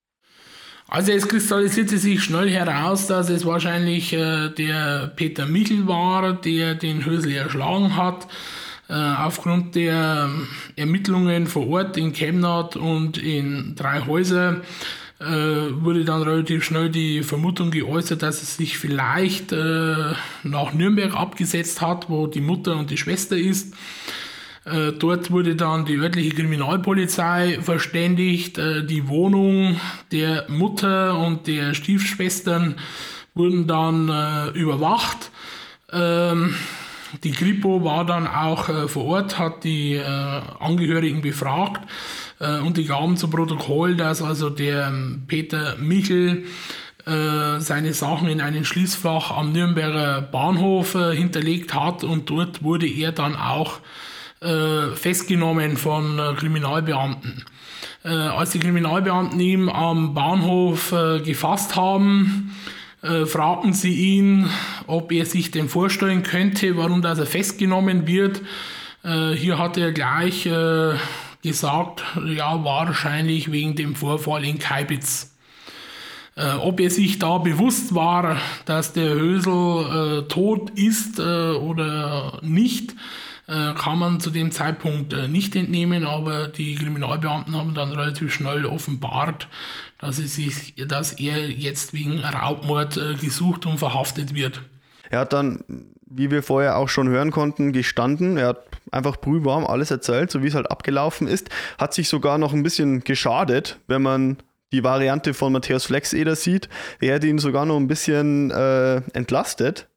Also es kristallisierte sich schnell heraus, dass es wahrscheinlich äh, der Peter Michel war, der den Hösel erschlagen hat. Äh, aufgrund der Ermittlungen vor Ort in Chemnat und in Dreihäuser Äh, wurde dann relativ schnell die Vermutung geäußert, dass es sich vielleicht äh, nach Nürnberg abgesetzt hat, wo die Mutter und die Schwester ist. Äh, dort wurde dann die örtliche Kriminalpolizei verständigt. Äh, die Wohnung der Mutter und der Stiefschwestern wurden dann äh, überwacht. Ähm, die Kripo war dann auch äh, vor Ort, hat die äh, Angehörigen befragt. Äh, und die gaben zu Protokoll, dass also der Peter Michel äh, seine Sachen in einen Schließfach am Nürnberger Bahnhof äh, hinterlegt hat und dort wurde er dann auch äh, festgenommen von äh, Kriminalbeamten. Äh, als die Kriminalbeamten ihn am Bahnhof äh, gefasst haben, äh, fragten sie ihn, ob er sich denn vorstellen könnte, warum das er festgenommen wird. Äh, hier hat er gleich äh, gesagt, ja, wahrscheinlich wegen dem Vorfall in Kaibitz. Äh, ob er sich da bewusst war, dass der Hösel äh, tot ist äh, oder nicht, kann man zu dem Zeitpunkt nicht entnehmen, aber die Kriminalbeamten haben dann relativ schnell offenbart, dass, es sich, dass er jetzt wegen Raubmord gesucht und verhaftet wird.
Er hat dann, wie wir vorher auch schon hören konnten, gestanden. Er hat einfach brühwarm alles erzählt, so wie es halt abgelaufen ist. Hat sich sogar noch ein bisschen geschadet, wenn man die Variante von Matthäus Flexeder sieht. Er hat ihn sogar noch ein bisschen äh, entlastet.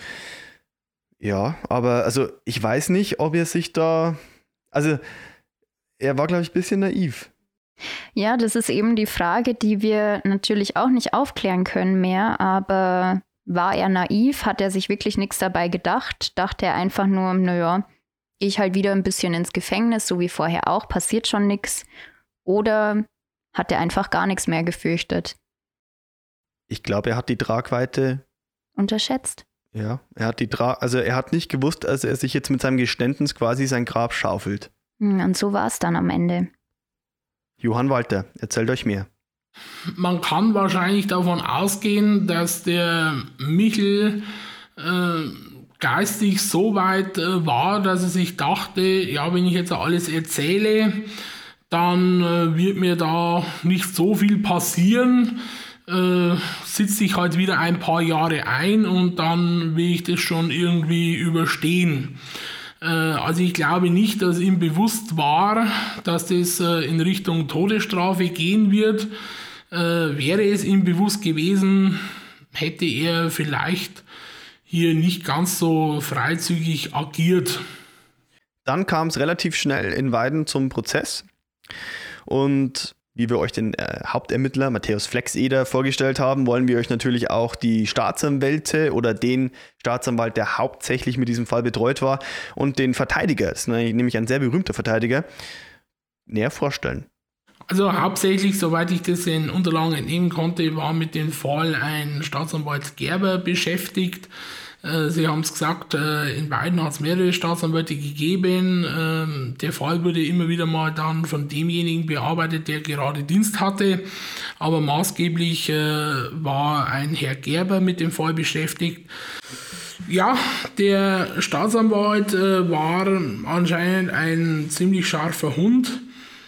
Ja, aber also ich weiß nicht, ob er sich da, also er war, glaube ich, ein bisschen naiv.
Ja, das ist eben die Frage, die wir natürlich auch nicht aufklären können mehr, aber war er naiv? Hat er sich wirklich nichts dabei gedacht? Dachte er einfach nur, naja, ich halt wieder ein bisschen ins Gefängnis, so wie vorher auch, passiert schon nichts? Oder hat er einfach gar nichts mehr gefürchtet?
Ich glaube, er hat die Tragweite
unterschätzt.
Ja, er hat die Tra- also er hat nicht gewusst, dass er sich jetzt mit seinem Geständnis quasi sein Grab schaufelt.
Und so war es dann am Ende.
Johann Walter, erzählt euch mehr.
Man kann wahrscheinlich davon ausgehen, dass der Michel äh, geistig so weit äh, war, dass er sich dachte, ja, wenn ich jetzt alles erzähle, dann äh, wird mir da nicht so viel passieren. Äh, sitze ich halt wieder ein paar Jahre ein und dann will ich das schon irgendwie überstehen. Äh, also ich glaube nicht, dass ihm bewusst war, dass das äh, in Richtung Todesstrafe gehen wird. Äh, wäre es ihm bewusst gewesen, hätte er vielleicht hier nicht ganz so freizügig agiert.
Dann kam es relativ schnell in Weiden zum Prozess und wie wir euch den äh, Hauptermittler Matthäus Flexeder vorgestellt haben, wollen wir euch natürlich auch die Staatsanwälte oder den Staatsanwalt, der hauptsächlich mit diesem Fall betreut war, und den Verteidiger, das ist nämlich ein sehr berühmter Verteidiger, näher vorstellen.
Also hauptsächlich, soweit ich das in Unterlagen entnehmen konnte, war mit dem Fall ein Staatsanwalt Gerber beschäftigt. Sie haben es gesagt, in Weiden hat es mehrere Staatsanwälte gegeben. Der Fall wurde immer wieder mal dann von demjenigen bearbeitet, der gerade Dienst hatte. Aber maßgeblich war ein Herr Gerber mit dem Fall beschäftigt. Ja, der Staatsanwalt war anscheinend ein ziemlich scharfer Hund.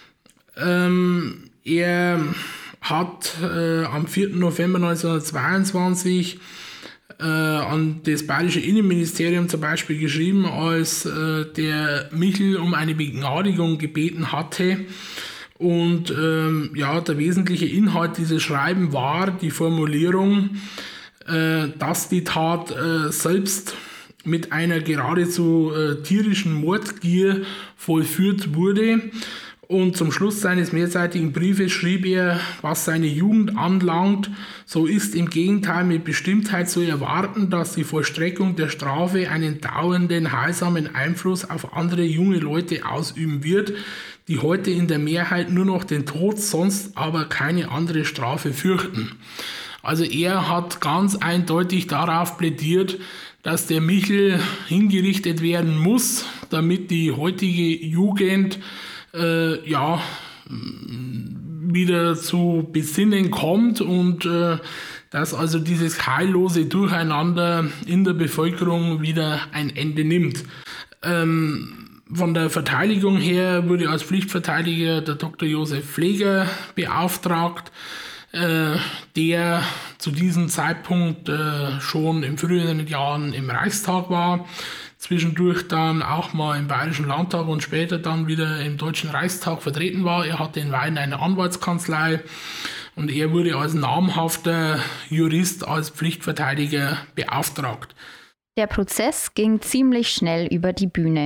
Er hat am vierten November neunzehnhundertzweiundzwanzig Äh, an das bayerische Innenministerium zum Beispiel geschrieben, als äh, der Michel um eine Begnadigung gebeten hatte. Und ähm, ja, der wesentliche Inhalt dieses Schreibens war die Formulierung, äh, dass die Tat äh, selbst mit einer geradezu äh, tierischen Mordgier vollführt wurde. Und zum Schluss seines mehrseitigen Briefes schrieb er, was seine Jugend anlangt, so ist im Gegenteil mit Bestimmtheit zu erwarten, dass die Vollstreckung der Strafe einen dauernden, heilsamen Einfluss auf andere junge Leute ausüben wird, die heute in der Mehrheit nur noch den Tod, sonst aber keine andere Strafe fürchten. Also er hat ganz eindeutig darauf plädiert, dass der Michel hingerichtet werden muss, damit die heutige Jugend Äh, ja, wieder zu Besinnen kommt und äh, dass also dieses heillose Durcheinander in der Bevölkerung wieder ein Ende nimmt. Ähm, von der Verteidigung her wurde als Pflichtverteidiger der Doktor Josef Pfleger beauftragt, äh, der zu diesem Zeitpunkt äh, schon in früheren Jahren im Reichstag war, zwischendurch dann auch mal im Bayerischen Landtag und später dann wieder im Deutschen Reichstag vertreten war. Er hatte in Weiden eine Anwaltskanzlei und er wurde als namhafter Jurist, als Pflichtverteidiger beauftragt.
Der Prozess ging ziemlich schnell über die Bühne.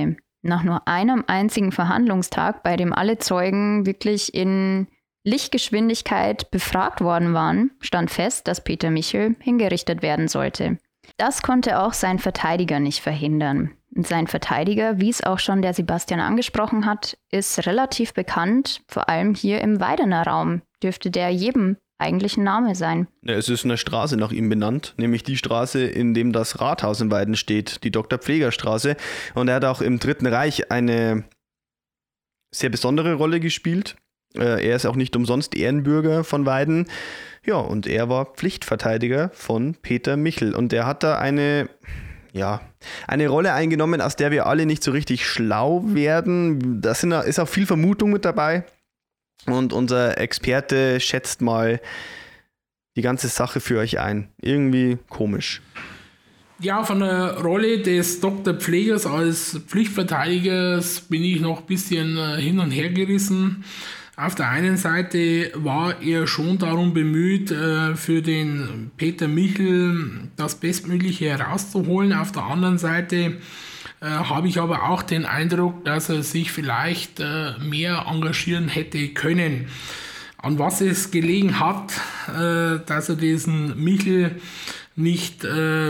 Nach nur einem einzigen Verhandlungstag, bei dem alle Zeugen wirklich in Lichtgeschwindigkeit befragt worden waren, stand fest, dass Peter Michel hingerichtet werden sollte. Das konnte auch sein Verteidiger nicht verhindern. Und sein Verteidiger, wie es auch schon der Sebastian angesprochen hat, ist relativ bekannt, vor allem hier im Weidener Raum. Dürfte der jedem eigentlich ein Name sein.
Ja, es ist eine Straße nach ihm benannt, nämlich die Straße, in dem das Rathaus in Weiden steht, die Doktor Pfleger-Straße. Und er hat auch im Dritten Reich eine sehr besondere Rolle gespielt. Er ist auch nicht umsonst Ehrenbürger von Weiden. Ja, und er war Pflichtverteidiger von Peter Michel. Und er hat da eine, ja, eine Rolle eingenommen, aus der wir alle nicht so richtig schlau werden. Da sind, ist auch viel Vermutung mit dabei. Und unser Experte schätzt mal die ganze Sache für euch ein. Irgendwie komisch.
Ja, von der Rolle des Doktor Pflegers als Pflichtverteidigers bin ich noch ein bisschen hin und her gerissen. Auf der einen Seite war er schon darum bemüht, für den Peter Michel das Bestmögliche herauszuholen. Auf der anderen Seite habe ich aber auch den Eindruck, dass er sich vielleicht mehr engagieren hätte können. An was es gelegen hat, dass er diesen Michel nicht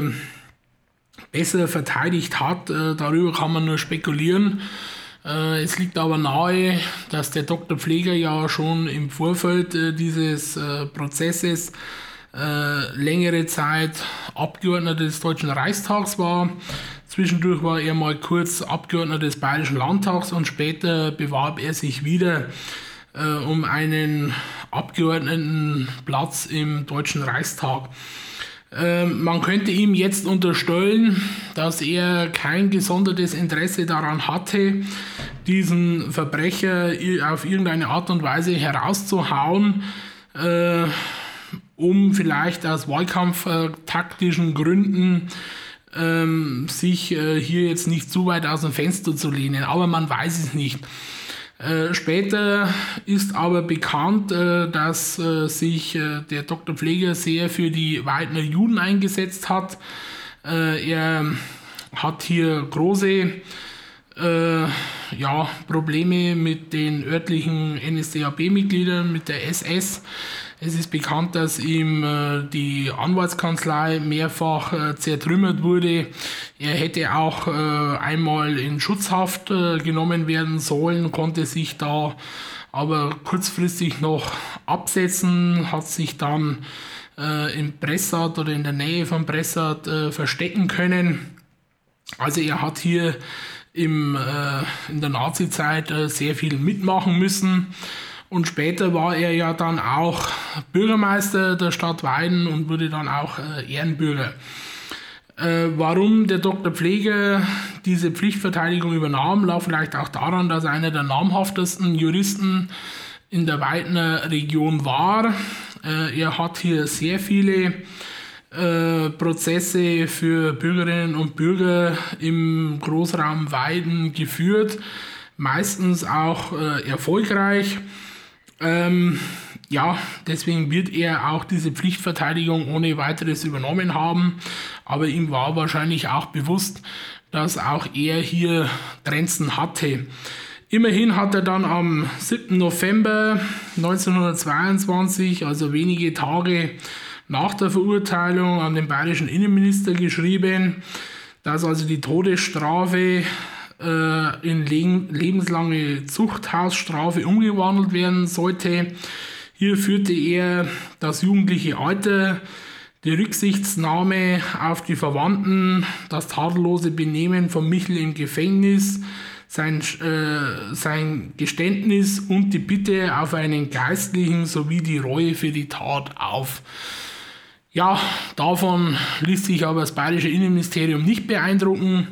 besser verteidigt hat, darüber kann man nur spekulieren. Es liegt aber nahe, dass der Doktor Pfleger ja schon im Vorfeld dieses Prozesses längere Zeit Abgeordneter des Deutschen Reichstags war. Zwischendurch war er mal kurz Abgeordneter des Bayerischen Landtags und später bewarb er sich wieder äh, um einen Abgeordnetenplatz im Deutschen Reichstag. Äh, man könnte ihm jetzt unterstellen, dass er kein gesondertes Interesse daran hatte, diesen Verbrecher auf irgendeine Art und Weise herauszuhauen, äh, um vielleicht aus wahlkampftaktischen Gründen ähm, sich äh, hier jetzt nicht zu weit aus dem Fenster zu lehnen. Aber man weiß es nicht. Äh, später ist aber bekannt, äh, dass äh, sich äh, der Doktor Pfleger sehr für die Weidener Juden eingesetzt hat. Äh, er hat hier große äh, ja, Probleme mit den örtlichen N S D A P-Mitgliedern, mit der S S. Es ist bekannt, dass ihm äh, die Anwaltskanzlei mehrfach äh, zertrümmert wurde. Er hätte auch äh, einmal in Schutzhaft äh, genommen werden sollen, konnte sich da aber kurzfristig noch absetzen, hat sich dann äh, in Bressart oder in der Nähe von Bressart äh, verstecken können. Also er hat hier im, äh, in der Nazizeit äh, sehr viel mitmachen müssen. Und später war er ja dann auch Bürgermeister der Stadt Weiden und wurde dann auch äh, Ehrenbürger. Äh, warum der Doktor Pfleger diese Pflichtverteidigung übernahm, lag vielleicht auch daran, dass er einer der namhaftesten Juristen in der Weidener Region war. Äh, er hat hier sehr viele äh, Prozesse für Bürgerinnen und Bürger im Großraum Weiden geführt, meistens auch äh, erfolgreich. Ähm, ja, deswegen wird er auch diese Pflichtverteidigung ohne weiteres übernommen haben, aber ihm war wahrscheinlich auch bewusst, dass auch er hier Grenzen hatte. Immerhin hat er dann am siebten November neunzehnhundertzweiundzwanzig, also wenige Tage nach der Verurteilung, an den bayerischen Innenminister geschrieben, dass also die Todesstrafe in lebenslange Zuchthausstrafe umgewandelt werden sollte. Hier führte er das jugendliche Alter, die Rücksichtnahme auf die Verwandten, das tadellose Benehmen von Michel im Gefängnis, sein, äh, sein Geständnis und die Bitte auf einen Geistlichen sowie die Reue für die Tat auf. Ja, davon ließ sich aber das bayerische Innenministerium nicht beeindrucken.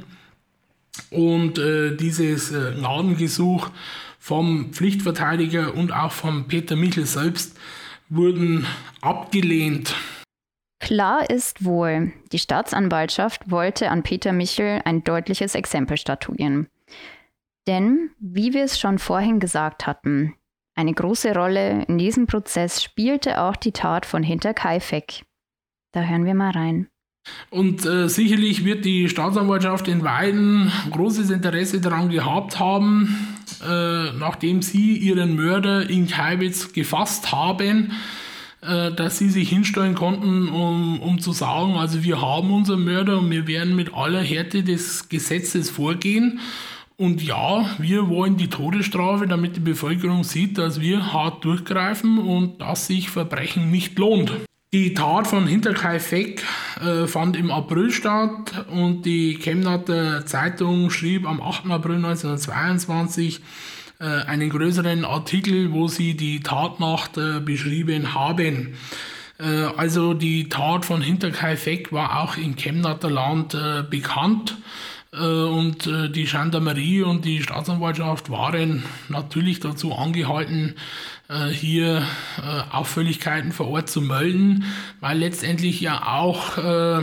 Und äh, dieses äh, Gnadengesuch vom Pflichtverteidiger und auch von Peter Michel selbst wurden abgelehnt.
Klar ist wohl, die Staatsanwaltschaft wollte an Peter Michel ein deutliches Exempel statuieren. Denn, wie wir es schon vorhin gesagt hatten, eine große Rolle in diesem Prozess spielte auch die Tat von Hinterkaifeck. Da hören wir mal rein.
Und äh, sicherlich wird die Staatsanwaltschaft in Weiden großes Interesse daran gehabt haben, äh, nachdem sie ihren Mörder in Kalbitz gefasst haben, äh, dass sie sich hinstellen konnten, um, um zu sagen, also wir haben unseren Mörder und wir werden mit aller Härte des Gesetzes vorgehen. Und ja, wir wollen die Todesstrafe, damit die Bevölkerung sieht, dass wir hart durchgreifen und dass sich Verbrechen nicht lohnt. Die Tat von Hinterkaifeck äh, fand im April statt und die Kemnater Zeitung schrieb am achten April neunzehnhundertzweiundzwanzig äh, einen größeren Artikel, wo sie die Tatnacht äh, beschrieben haben. Äh, also die Tat von Hinterkaifeck war auch im Kemnater Land äh, bekannt. Und die Gendarmerie und die Staatsanwaltschaft waren natürlich dazu angehalten, hier Auffälligkeiten vor Ort zu melden, weil letztendlich ja auch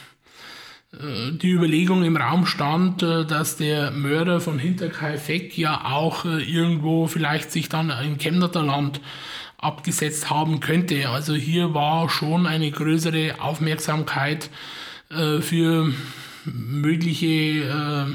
die Überlegung im Raum stand, dass der Mörder von Hinterkaifeck ja auch irgendwo vielleicht sich dann im Kemnater Land abgesetzt haben könnte. Also hier war schon eine größere Aufmerksamkeit für mögliche äh,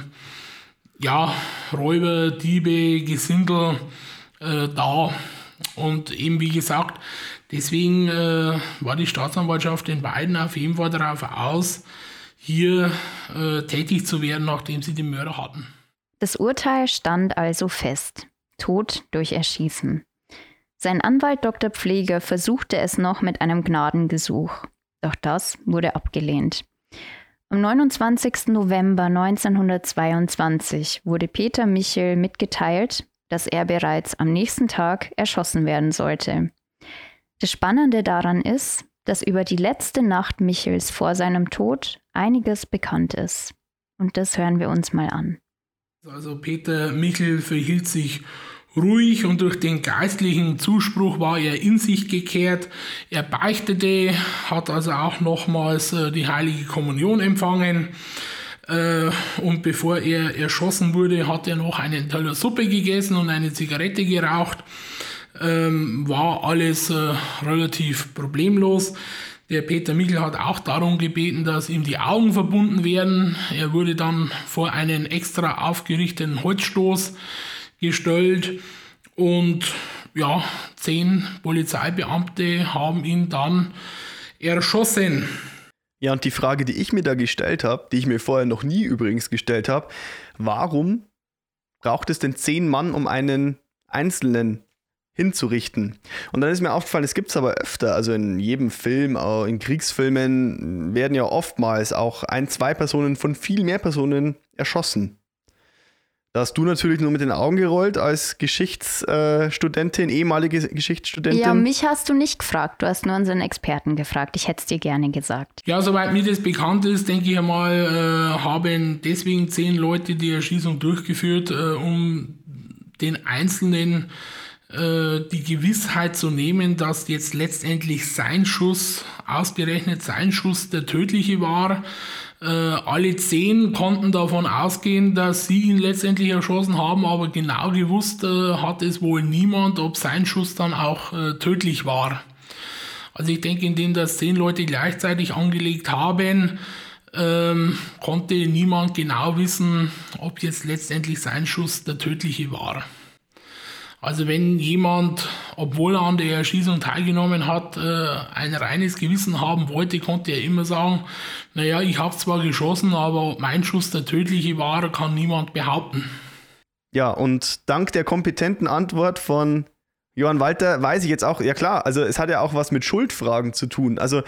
ja, Räuber, Diebe, Gesindel äh, da. Und eben wie gesagt, deswegen äh, war die Staatsanwaltschaft in Weiden auf jeden Fall darauf aus, hier äh, tätig zu werden, nachdem sie den Mörder hatten.
Das Urteil stand also fest. Tod durch Erschießen. Sein Anwalt Doktor Pfleger versuchte es noch mit einem Gnadengesuch. Doch das wurde abgelehnt. Am neunundzwanzigsten November neunzehnhundertzweiundzwanzig wurde Peter Michel mitgeteilt, dass er bereits am nächsten Tag erschossen werden sollte. Das Spannende daran ist, dass über die letzte Nacht Michels vor seinem Tod einiges bekannt ist. Und das hören wir uns mal an.
Also Peter Michel verhielt sich ruhig und durch den geistlichen Zuspruch war er in sich gekehrt. Er beichtete, hat also auch nochmals äh, die heilige Kommunion empfangen. Äh, und bevor er erschossen wurde, hat er noch einen Teller Suppe gegessen und eine Zigarette geraucht. Ähm, war alles äh, relativ problemlos. Der Peter Michel hat auch darum gebeten, dass ihm die Augen verbunden werden. Er wurde dann vor einen extra aufgerichteten Holzstoß gestellt und ja, zehn Polizeibeamte haben ihn dann erschossen.
Ja, und die Frage, die ich mir da gestellt habe, die ich mir vorher noch nie übrigens gestellt habe, warum braucht es denn zehn Mann, um einen Einzelnen hinzurichten? Und dann ist mir aufgefallen, es gibt es aber öfter, also in jedem Film, auch in Kriegsfilmen werden ja oftmals auch ein, zwei Personen von viel mehr Personen erschossen. Da hast du natürlich nur mit den Augen gerollt als Geschichtsstudentin, ehemalige Geschichtsstudentin.
Ja, mich hast du nicht gefragt. Du hast nur unseren Experten gefragt. Ich hätte es dir gerne gesagt.
Ja, soweit mir das bekannt ist, denke ich einmal, äh, haben deswegen zehn Leute die Erschießung durchgeführt, äh, um den Einzelnen äh, die Gewissheit zu nehmen, dass jetzt letztendlich sein Schuss, ausgerechnet sein Schuss, der tödliche war. Äh, alle zehn konnten davon ausgehen, dass sie ihn letztendlich erschossen haben, aber genau gewusst äh, hat es wohl niemand, ob sein Schuss dann auch äh, tödlich war. Also ich denke, indem das zehn Leute gleichzeitig angelegt haben, ähm, konnte niemand genau wissen, ob jetzt letztendlich sein Schuss der tödliche war. Also wenn jemand, obwohl er an der Erschießung teilgenommen hat, ein reines Gewissen haben wollte, konnte er immer sagen, naja, ich habe zwar geschossen, aber ob mein Schuss der tödliche war, kann niemand behaupten.
Ja, und dank der kompetenten Antwort von Johann Walter weiß ich jetzt auch, ja klar, also es hat ja auch was mit Schuldfragen zu tun. Also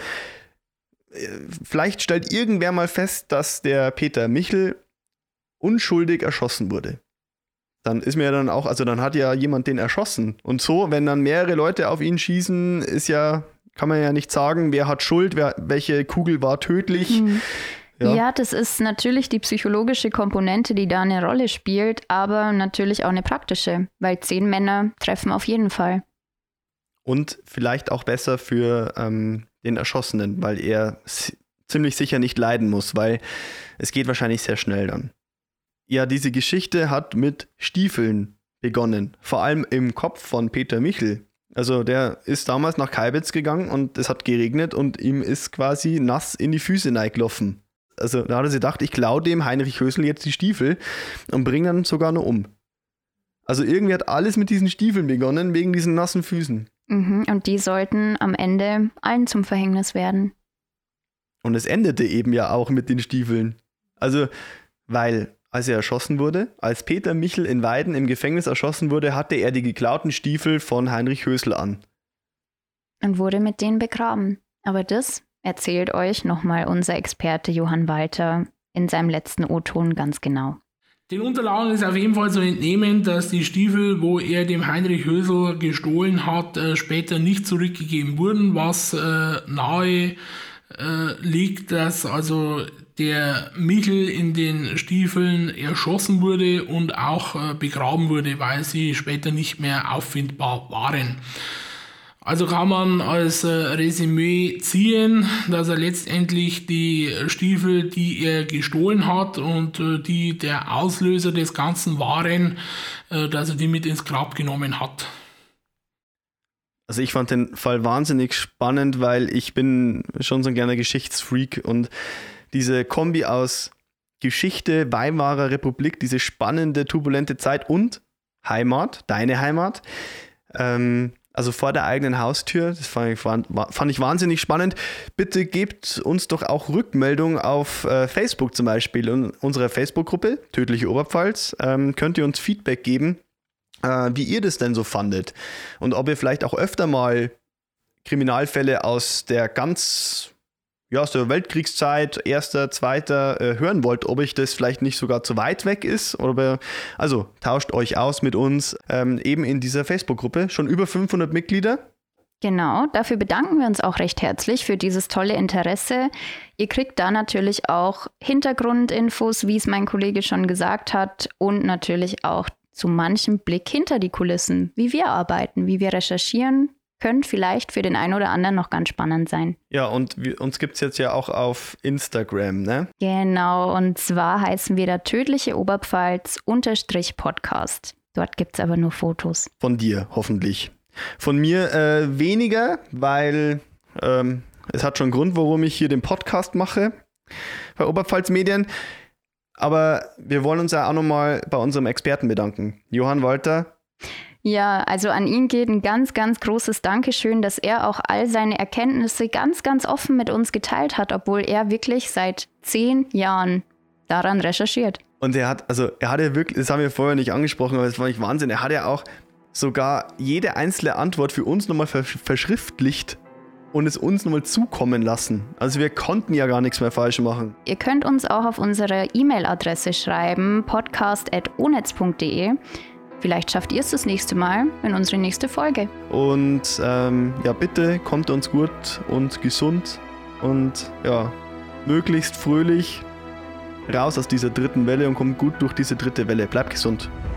vielleicht stellt irgendwer mal fest, dass der Peter Michel unschuldig erschossen wurde. Dann ist mir ja dann auch, also dann hat ja jemand den erschossen. Und so, wenn dann mehrere Leute auf ihn schießen, ist ja, kann man ja nicht sagen, wer hat Schuld, wer, welche Kugel war tödlich.
Hm.
Ja.
ja, das ist natürlich die psychologische Komponente, die da eine Rolle spielt, aber natürlich auch eine praktische, weil zehn Männer treffen auf jeden Fall.
Und vielleicht auch besser für ähm, den Erschossenen, weil er s- ziemlich sicher nicht leiden muss, weil es geht wahrscheinlich sehr schnell dann. Ja, diese Geschichte hat mit Stiefeln begonnen, vor allem im Kopf von Peter Michel. Also der ist damals nach Kalbitz gegangen und es hat geregnet und ihm ist quasi nass in die Füße reingelaufen. Also da hat er sich gedacht, ich klaue dem Heinrich Hösel jetzt die Stiefel und bringe dann sogar noch um. Also irgendwie hat alles mit diesen Stiefeln begonnen, wegen diesen nassen Füßen.
Mhm, und die sollten am Ende allen zum Verhängnis werden.
Und es endete eben ja auch mit den Stiefeln. Also, weil als er erschossen wurde, als Peter Michel in Weiden im Gefängnis erschossen wurde, hatte er die geklauten Stiefel von Heinrich Hösel an.
Und wurde mit denen begraben. Aber das erzählt euch nochmal unser Experte Johann Walter in seinem letzten O-Ton ganz genau.
Den Unterlagen ist auf jeden Fall zu entnehmen, dass die Stiefel, wo er dem Heinrich Hösel gestohlen hat, äh, später nicht zurückgegeben wurden, was äh, nahe äh, liegt, dass also der Michel in den Stiefeln erschossen wurde und auch äh, begraben wurde, weil sie später nicht mehr auffindbar waren. Also kann man als äh, Resümee ziehen, dass er letztendlich die Stiefel, die er gestohlen hat und äh, die der Auslöser des Ganzen waren, äh, dass er die mit ins Grab genommen hat.
Also ich fand den Fall wahnsinnig spannend, weil ich bin schon so ein kleiner Geschichtsfreak und diese Kombi aus Geschichte, Weimarer Republik, diese spannende, turbulente Zeit und Heimat, deine Heimat, ähm, also vor der eigenen Haustür, das fand ich, fand ich wahnsinnig spannend. Bitte gebt uns doch auch Rückmeldung auf äh, Facebook zum Beispiel. In unserer Facebook-Gruppe, Tödliche Oberpfalz, ähm, könnt ihr uns Feedback geben, äh, wie ihr das denn so fandet. Und ob ihr vielleicht auch öfter mal Kriminalfälle aus der ganz, ja, aus der Weltkriegszeit, erster, zweiter, äh, hören wollt, ob euch das vielleicht nicht sogar zu weit weg ist. Oder, also tauscht euch aus mit uns, ähm, eben in dieser Facebook-Gruppe. Schon über fünfhundert Mitglieder.
Genau, dafür bedanken wir uns auch recht herzlich für dieses tolle Interesse. Ihr kriegt da natürlich auch Hintergrundinfos, wie es mein Kollege schon gesagt hat, und natürlich auch zu manchem Blick hinter die Kulissen, wie wir arbeiten, wie wir recherchieren. Könnte vielleicht für den einen oder anderen noch ganz spannend sein.
Ja, und wir, uns gibt es jetzt ja auch auf Instagram, ne?
Genau, und zwar heißen wir da Tödliche Oberpfalz unterstrich Podcast. Dort gibt es aber nur Fotos.
Von dir, hoffentlich. Von mir äh, weniger, weil ähm, es hat schon einen Grund, warum ich hier den Podcast mache bei Oberpfalz Medien. Aber wir wollen uns ja auch nochmal bei unserem Experten bedanken. Johann Walter.
Ja, also an ihn geht ein ganz, ganz großes Dankeschön, dass er auch all seine Erkenntnisse ganz, ganz offen mit uns geteilt hat, obwohl er wirklich seit zehn Jahren daran recherchiert.
Und er hat, also er hat ja wirklich, das haben wir vorher nicht angesprochen, aber das fand ich Wahnsinn, er hat ja auch sogar jede einzelne Antwort für uns nochmal verschriftlicht und es uns nochmal zukommen lassen. Also wir konnten ja gar nichts mehr falsch machen.
Ihr könnt uns auch auf unsere E-Mail-Adresse schreiben, podcast at onetz punkt de. Vielleicht schafft ihr es das nächste Mal in unsere nächste Folge.
Und ähm, ja, bitte kommt uns gut und gesund und ja, möglichst fröhlich raus aus dieser dritten Welle und kommt gut durch diese dritte Welle. Bleibt gesund.